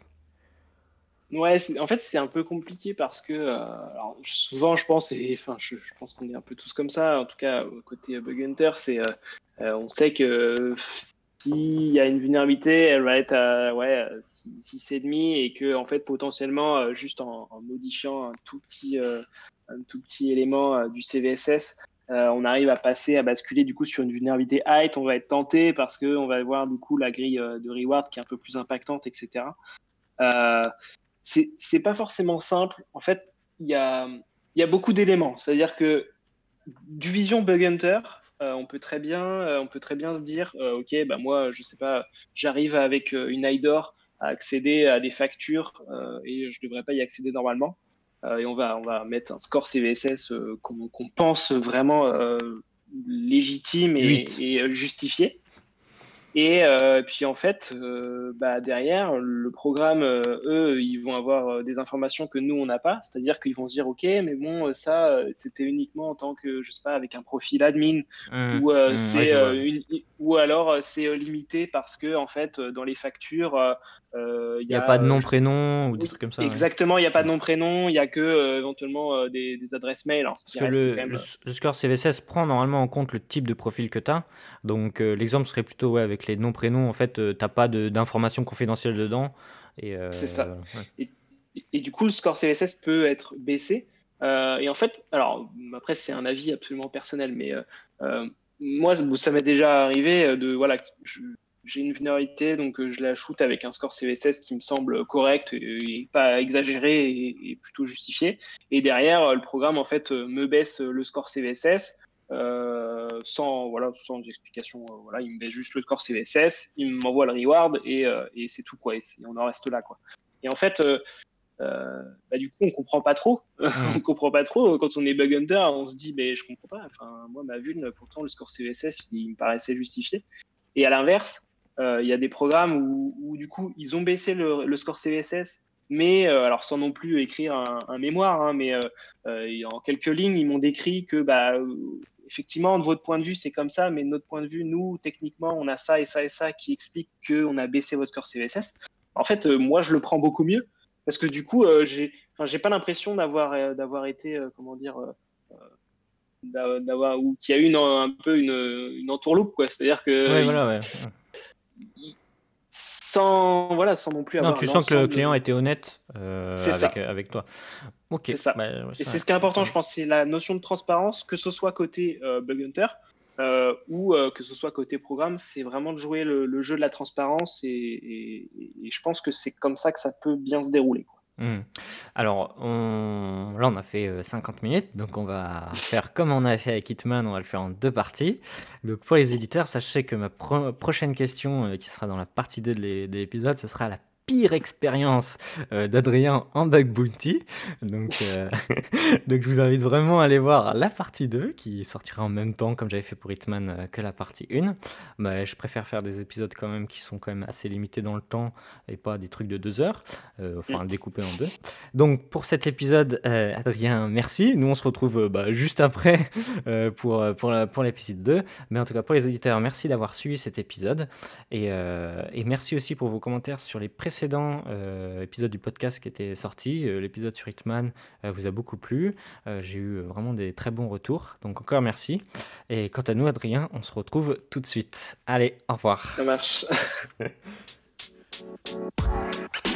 S2: Ouais, c'est- en fait, c'est un peu compliqué parce que euh, alors, souvent, je pense, et enfin, je, je pense qu'on est un peu tous comme ça, en tout cas, au côté euh, bug hunter, c'est euh, euh, on sait que euh, s'il y a une vulnérabilité, elle va être à ouais, six virgule cinq et que, en fait, potentiellement, euh, juste en, en modifiant un tout petit, euh, un tout petit élément euh, du C V S S, euh, on arrive à passer, à basculer du coup sur une vulnérabilité height, on va être tenté parce qu'on va voir du coup la grille euh, de reward qui est un peu plus impactante, et cetera. Euh, c'est c'est pas forcément simple. En fait, il y a, il y a beaucoup d'éléments. C'est-à-dire que du vision bug hunter, euh, on peut très bien, euh, on peut très bien se dire, euh, ok, bah moi, je sais pas, j'arrive avec euh, une IDOR à accéder à des factures euh, et je devrais pas y accéder normalement. Euh, et on va, on va mettre un score C V S S euh, qu'on qu'on pense vraiment euh, légitime et,
S1: huit.
S2: et justifié. Et euh, puis en fait, euh, bah, derrière, le programme, euh, eux, ils vont avoir euh, des informations que nous, on n'a pas. C'est-à-dire qu'ils vont se dire, OK, mais bon, euh, ça, euh, c'était uniquement en tant que, je sais pas, avec un profil admin.
S1: Hum,
S2: Ou, euh,
S1: hum, ouais,
S2: c'est,
S1: je vois.
S2: euh, une, ou alors euh, c'est euh, limité parce que, en fait, euh, dans les factures, euh, Euh,
S1: Il
S2: Il
S1: n'y
S2: y
S1: a pas de
S2: a,
S1: nom,
S2: je sais-
S1: prénom ou des
S2: oui,
S1: trucs comme ça. Ouais.
S2: exactement, il n'y a pas de nom, prénom, il n'y a que euh, éventuellement euh, des, des adresses mail, alors, ce
S1: Parce
S2: qui
S1: que
S2: reste
S1: le,
S2: quand
S1: le,
S2: même.
S1: le score C V S S prend normalement en compte le type de profil que tu as. Donc euh, l'exemple serait plutôt ouais, avec les noms, prénoms. En fait, tu n'as pas de- d'informations confidentielles dedans. Et
S2: C'est
S1: euh,
S2: ça.
S1: voilà. Ouais.
S2: Et, et du coup, le score C V S S peut être baissé. Euh, et en fait, alors après, c'est un avis absolument personnel, mais euh, euh, moi, ça ça m'est déjà arrivé euh, de, voilà, je- j'ai une vulnérabilité, donc euh, je la shoot avec un score C V S S qui me semble correct et, et pas exagéré et, et plutôt justifié. Et derrière, euh, le programme, en fait, euh, me baisse le score C V S S. Euh, sans voilà sans explication, euh, voilà, il me baisse juste le score C V S S, il m'envoie le reward et, euh, et c'est tout quoi, et c'est- on en reste là quoi. Et en fait, euh, euh, bah, du coup, on comprend pas trop.
S1: Hmm.
S2: On comprend pas trop quand on est bug hunter. On se dit, mais je comprends pas. Enfin, moi, ma vulne, pourtant, le score C V S S, il, il me paraissait justifié. Et à l'inverse, euh, il y a des programmes où, où, du coup, ils ont baissé le, le score C V S S, mais euh, alors sans non plus écrire un, un mémoire, hein, mais euh, euh, en quelques lignes, ils m'ont décrit que, bah, euh, effectivement, de votre point de vue, c'est comme ça, mais de notre point de vue, nous, techniquement, on a ça et ça et ça qui explique qu'on a baissé votre score C V S S. En fait, euh, moi, je le prends beaucoup mieux parce que du coup, euh, j'ai, enfin, j'ai pas l'impression d'avoir, euh, d'avoir été, euh, comment dire, euh, d'a- d'avoir ou qu'il y a eu une, un peu une, une entourloupe, quoi. C'est-à-dire
S1: Ouais,
S2: que
S1: voilà, ouais.
S2: il- sans, voilà, sans non plus
S1: Non,
S2: avoir
S1: tu sens que le client
S2: l'ensemble.
S1: était honnête euh,
S2: C'est
S1: avec,
S2: ça,
S1: avec toi. Ok,
S2: c'est ça.
S1: bah, ouais,
S2: Et
S1: ça,
S2: c'est ce qui est
S1: ça
S2: important, je
S1: tombe.
S2: pense, c'est la notion de transparence, que ce soit côté euh, bug hunter euh, ou euh, que ce soit côté programme, c'est vraiment de jouer le, le jeu de la transparence et, et- et je pense que c'est comme ça que ça peut bien se dérouler, quoi.
S1: Hmm. Alors, on... là, on a fait euh, cinquante minutes, donc on va faire comme on a fait avec Hitman, on va le faire en deux parties. Donc, pour les éditeurs, sachez que ma pro- prochaine question, euh, qui sera dans la partie deux de l'é- de l'épisode, ce sera la pire expérience euh, d'Adrien en bug bounty. Donc, euh, donc, je vous invite vraiment à aller voir la partie deux, qui sortira en même temps, comme j'avais fait pour Hitman, euh, que la partie un. Mais je préfère faire des épisodes quand même qui sont quand même assez limités dans le temps et pas des trucs de deux heures. Euh, enfin,
S2: Mm.
S1: le découper en deux. Donc, pour cet épisode, euh, Adrien, merci. Nous, on se retrouve euh, bah, juste après euh, pour, euh, pour, la- pour l'épisode deux. Mais en tout cas, pour les auditeurs, merci d'avoir suivi cet épisode. Et, euh, et merci aussi pour vos commentaires sur les précédents euh, épisodes du podcast qui étaient sortis. Euh, l'épisode sur Hitman euh, vous a beaucoup plu. Euh, j'ai eu vraiment des très bons retours. Donc, encore merci. Et quant à nous, Adrien, on se retrouve tout de suite. Allez, au revoir.
S2: Ça marche.